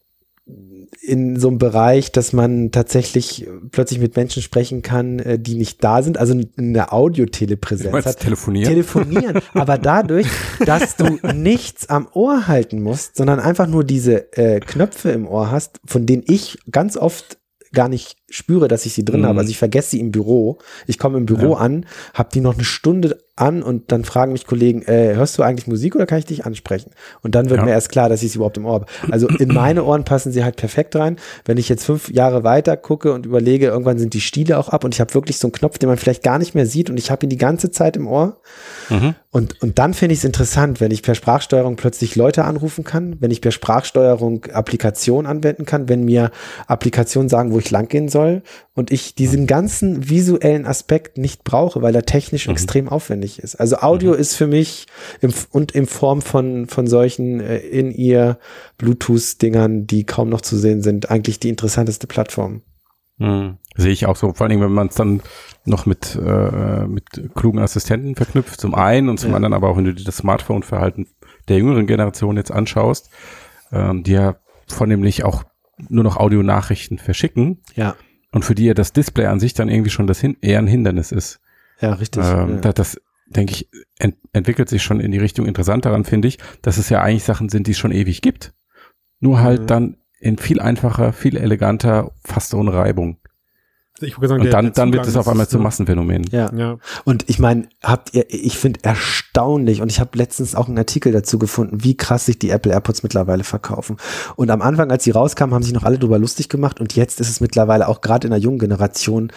in so einem Bereich, dass man tatsächlich plötzlich mit Menschen sprechen kann, äh, die nicht da sind, also eine Audiotelepräsenz Du meinst hat. telefonieren? Telefonieren, aber dadurch, dass du nichts am Ohr halten musst, sondern einfach nur diese äh, Knöpfe im Ohr hast, von denen ich ganz oft gar nicht spüre, dass ich sie drin Mhm. habe. Also ich vergesse sie im Büro. Ich komme im Büro Ja. an, habe die noch eine Stunde an und dann fragen mich Kollegen, äh, hörst du eigentlich Musik oder kann ich dich ansprechen? Und dann wird Ja. mir erst klar, dass ich sie überhaupt im Ohr habe. Also in meine Ohren passen sie halt perfekt rein. Wenn ich jetzt fünf Jahre weiter gucke und überlege, irgendwann sind die Stiele auch ab und ich habe wirklich so einen Knopf, den man vielleicht gar nicht mehr sieht und ich habe ihn die ganze Zeit im Ohr. Mhm. Und, und dann finde ich es interessant, wenn ich per Sprachsteuerung plötzlich Leute anrufen kann, wenn ich per Sprachsteuerung Applikationen anwenden kann, wenn mir Applikationen sagen, wo ich langgehen soll und ich diesen ganzen visuellen Aspekt nicht brauche, weil er technisch Mhm. extrem aufwendig ist. Also Audio Mhm. ist für mich im, und in Form von, von solchen äh, In-Ear Bluetooth-Dingern, die kaum noch zu sehen sind, eigentlich die interessanteste Plattform. Mhm. Sehe ich auch so, vor allem, wenn man es dann noch mit, äh, mit klugen Assistenten verknüpft, zum einen und zum Ja. anderen aber auch, wenn du dir das Smartphone-Verhalten der jüngeren Generation jetzt anschaust, ähm, die ja vornehmlich auch nur noch Audionachrichten verschicken Ja, und für die ja das Display an sich dann irgendwie schon das hin eher ein Hindernis ist. ja, richtig. Ähm, ja. da, das, denke ich, ent entwickelt sich schon in die Richtung interessant daran, finde ich, dass es ja eigentlich Sachen sind, die es schon ewig gibt. Nur halt Mhm. dann in viel einfacher, viel eleganter, fast ohne Reibung. Ich würde sagen, Und der- dann, der dann wird Zugang es auf ist- einmal zum Massenphänomen. Ja. Ja. Und ich meine, habt ihr, ich finde erstaunlich, und ich habe letztens auch einen Artikel dazu gefunden, wie krass sich die Apple AirPods mittlerweile verkaufen. Und am Anfang, als sie rauskamen, haben sich noch alle drüber lustig gemacht und jetzt ist es mittlerweile auch gerade in der jungen Generation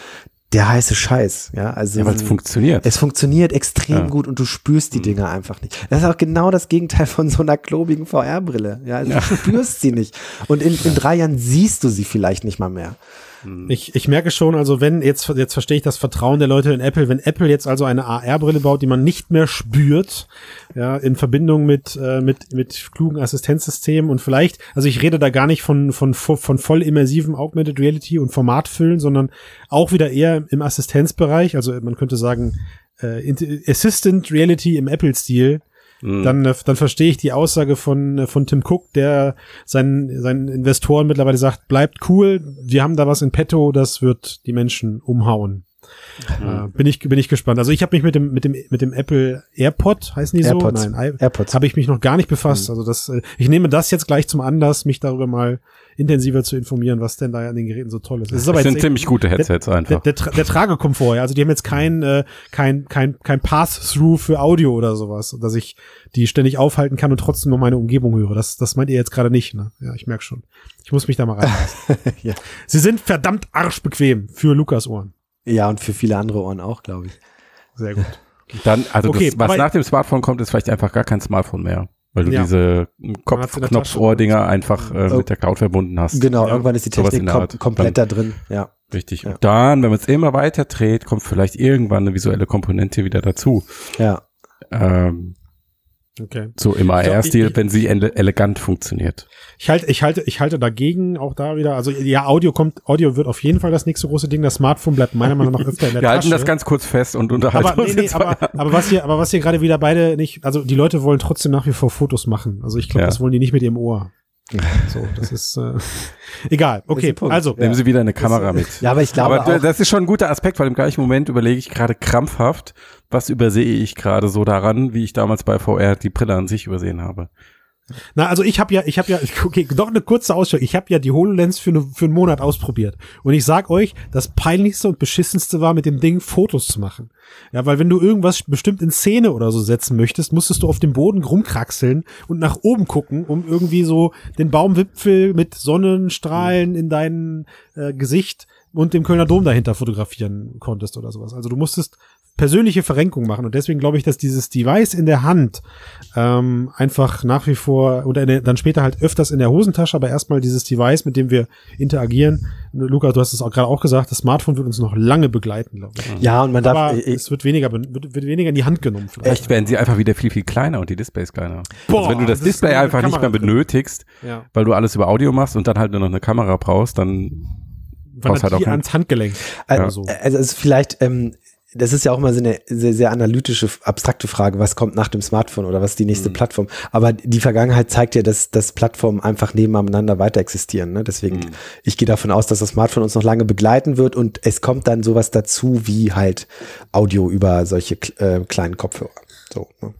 der heiße Scheiß. Ja, also Ja, weil es funktioniert. Es funktioniert extrem Ja. gut und du spürst die Mhm. Dinger einfach nicht. Das ist auch genau das Gegenteil von so einer klobigen V R-Brille. Ja, also Ja. du spürst sie nicht. Und in, in drei Jahren siehst du sie vielleicht nicht mal mehr. Ich, ich merke schon, also wenn, jetzt, jetzt verstehe ich das Vertrauen der Leute in Apple, wenn Apple jetzt also eine A R-Brille baut, die man nicht mehr spürt, ja, in Verbindung mit, äh, mit, mit klugen Assistenzsystemen und vielleicht, also ich rede da gar nicht von, von, von voll immersiven Augmented Reality und Formatfüllen, sondern auch wieder eher im Assistenzbereich, also man könnte sagen, äh, Assistant Reality im Apple-Stil. Mhm. Dann, äh, dann verstehe ich die Aussage von, äh, von Tim Cook, der seinen, seinen Investoren mittlerweile sagt, bleibt cool, wir haben da was in petto, das wird die Menschen umhauen. Mhm. Äh, bin ich, bin ich gespannt. Also ich habe mich mit dem, mit dem, mit dem Apple AirPod, heißen die AirPods. so? Nein, AirPods. habe ich mich noch gar nicht befasst. Mhm. Also das, äh, ich nehme das jetzt gleich zum Anlass, mich darüber mal intensiver zu informieren, was denn da an den Geräten so toll ist. Es ist aber Das jetzt sind ziemlich gute Headsets der, einfach. der, der, der Tragekomfort, ja. Also die haben jetzt kein, äh, kein, kein, kein Pass-Through für Audio oder sowas, dass ich die ständig aufhalten kann und trotzdem noch meine Umgebung höre. Das, das meint ihr jetzt gerade nicht, ne? Ja, ich merke schon. Ich muss mich da mal reinlassen. Ja. Sie sind verdammt arschbequem für Lukas Ohren. Ja, und für viele andere Ohren auch, glaube ich. Sehr gut. Dann, also Okay, das, was aber- nach dem Smartphone kommt, ist vielleicht einfach gar kein Smartphone mehr. Weil du Ja. diese Man hat's in der Kopf-Knopf-Ohr-Dinger einfach äh, Oh. mit der Cloud verbunden hast. Genau, Ja, irgendwann ist die sowas Technik in der kom Art. komplett da drin. Ja. Richtig. Ja. Und dann, wenn man es immer weiter dreht, kommt vielleicht irgendwann eine visuelle Komponente wieder dazu. Ja. Ähm, Okay. so im A R-Stil, ich- wenn sie ele elegant funktioniert. Ich halte, ich halte, ich halte dagegen auch da wieder. Also ja, Audio kommt, Audio wird auf jeden Fall das nächste große Ding. Das Smartphone bleibt meiner Meinung nach öfter in der Wir Tasche. halten das ganz kurz fest und unterhalten aber, uns nee, nee, in zwei aber, Jahren. aber was hier, aber was hier gerade wieder beide nicht, also die Leute wollen trotzdem nach wie vor Fotos machen. Also ich glaube, Ja. das wollen die nicht mit ihrem Ohr. So, das ist äh, egal. Okay, ein Punkt. also Nehmen Sie wieder eine Kamera mit. Ja, aber ich glaube Aber auch, das ist schon ein guter Aspekt, weil im gleichen Moment überlege ich gerade krampfhaft, was übersehe ich gerade so daran, wie ich damals bei V R die Brille an sich übersehen habe. Na, also ich habe ja, ich habe ja, okay, doch eine kurze Ausstellung. Ich habe ja die HoloLens für, eine, für einen Monat ausprobiert. Und ich sag euch, das peinlichste und beschissenste war, mit dem Ding Fotos zu machen. Ja, weil wenn du irgendwas bestimmt in Szene oder so setzen möchtest, musstest du auf dem Boden rumkraxeln und nach oben gucken, um irgendwie so den Baumwipfel mit Sonnenstrahlen in dein äh, Gesicht und dem Kölner Dom dahinter fotografieren konntest oder sowas. Also du musstest persönliche Verrenkung machen und deswegen glaube ich, dass dieses Device in der Hand ähm, einfach nach wie vor oder in der, dann später halt öfters in der Hosentasche, aber erstmal dieses Device, mit dem wir interagieren. Luca, du hast es auch gerade auch gesagt, das Smartphone wird uns noch lange begleiten, glaube ich. ja, und man darf, Aber ich, es wird weniger, wird, wird weniger in die Hand genommen. Vielleicht. Vielleicht werden sie einfach wieder viel, viel kleiner und die Displays kleiner. Boah, also wenn du das, das ist Display eine einfach nicht mehr Kamera drin. benötigst, Ja. weil du alles über Audio machst und dann halt nur noch eine Kamera brauchst, dann brauchst halt auch die kein- ans Handgelenk. Also, oder so. also es ist vielleicht, ähm, das ist ja auch immer so eine sehr, sehr analytische, abstrakte Frage, was kommt nach dem Smartphone oder was ist die nächste Mhm. Plattform. Aber die Vergangenheit zeigt ja, dass, dass Plattformen einfach nebeneinander weiter existieren. Ne? Deswegen, Mhm. ich gehe davon aus, dass das Smartphone uns noch lange begleiten wird und es kommt dann sowas dazu wie halt Audio über solche äh, kleinen Kopfhörer. So, ne?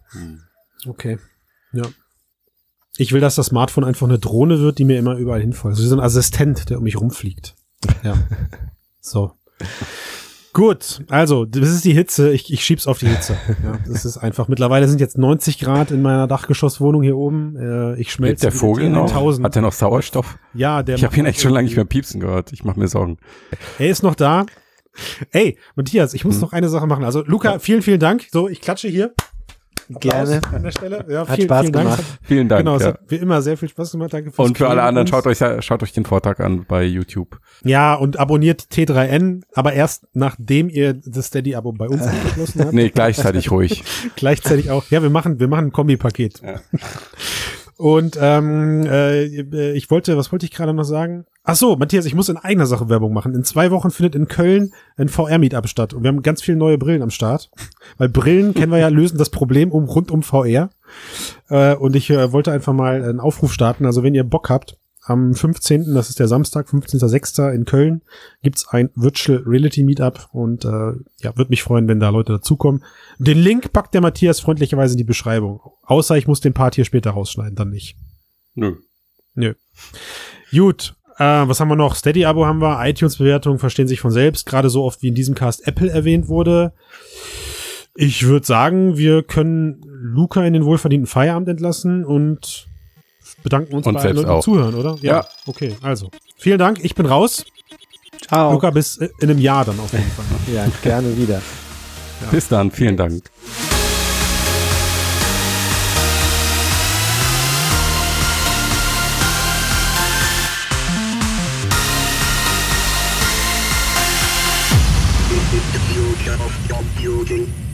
Okay. Ja. Ich will, dass das Smartphone einfach eine Drohne wird, die mir immer überall hinfolgt. Also so ein Assistent, der um mich rumfliegt. Ja. So. Gut, also, das ist die Hitze. Ich, ich schieb's auf die Hitze. Ja, das ist einfach. Mittlerweile sind jetzt neunzig Grad in meiner Dachgeschosswohnung hier oben. Äh, ich Lebt schmelze. der Vogel in noch? tausend. Hat er noch Sauerstoff? Ja, der. Ich habe ihn macht echt schon lange nicht mehr irgendwie- piepsen gehört. Ich mache mir Sorgen. Er ist noch da. Ey, Matthias, ich muss Hm. noch eine Sache machen. Also, Luca, vielen, vielen Dank. So, ich klatsche hier. Gerne. Applaus an der Stelle. Ja, Hat vielen, Spaß vielen Dank. gemacht. Es hat- Vielen Dank. Genau, es ja. hat wie immer sehr viel Spaß gemacht. Danke fürs Und für alle Quälen anderen, uns. schaut euch, schaut euch den Vortrag an bei YouTube. Ja, und abonniert T drei N, aber erst nachdem ihr das Steady-Abo bei uns abgeschlossen habt. Nee, gleichzeitig ruhig. Gleichzeitig auch. Ja, wir machen, wir machen ein Kombipaket. Ja. Und ähm, äh, ich wollte, was wollte ich gerade noch sagen? Ach so, Matthias, ich muss in eigener Sache Werbung machen. In zwei Wochen findet in Köln ein V R-Meetup statt. Und wir haben ganz viele neue Brillen am Start. Weil Brillen, kennen wir ja, lösen das Problem um rund um V R. Äh, und ich äh, wollte einfach mal einen Aufruf starten. Also wenn ihr Bock habt, am fünfzehnten, das ist der Samstag, fünfzehnten sechsten in Köln, gibt's ein Virtual Reality Meetup und äh, ja, würde mich freuen, wenn da Leute dazukommen. Den Link packt der Matthias freundlicherweise in die Beschreibung. Außer ich muss den Part hier später rausschneiden, dann nicht. Nö. Nö. Gut, äh, was haben wir noch? Steady-Abo haben wir, iTunes-Bewertungen verstehen sich von selbst, gerade so oft wie in diesem Cast Apple erwähnt wurde. Ich würde sagen, wir können Luca in den wohlverdienten Feierabend entlassen und bedanken uns Und bei allen selbst Leuten, die auch. zuhören, oder? Ja. Okay, also. Vielen Dank, ich bin raus. Ciao. Luca, bis in einem Jahr dann auf jeden Fall. Ja, gerne wieder. Ja. Bis dann, vielen Dank. The future of computing.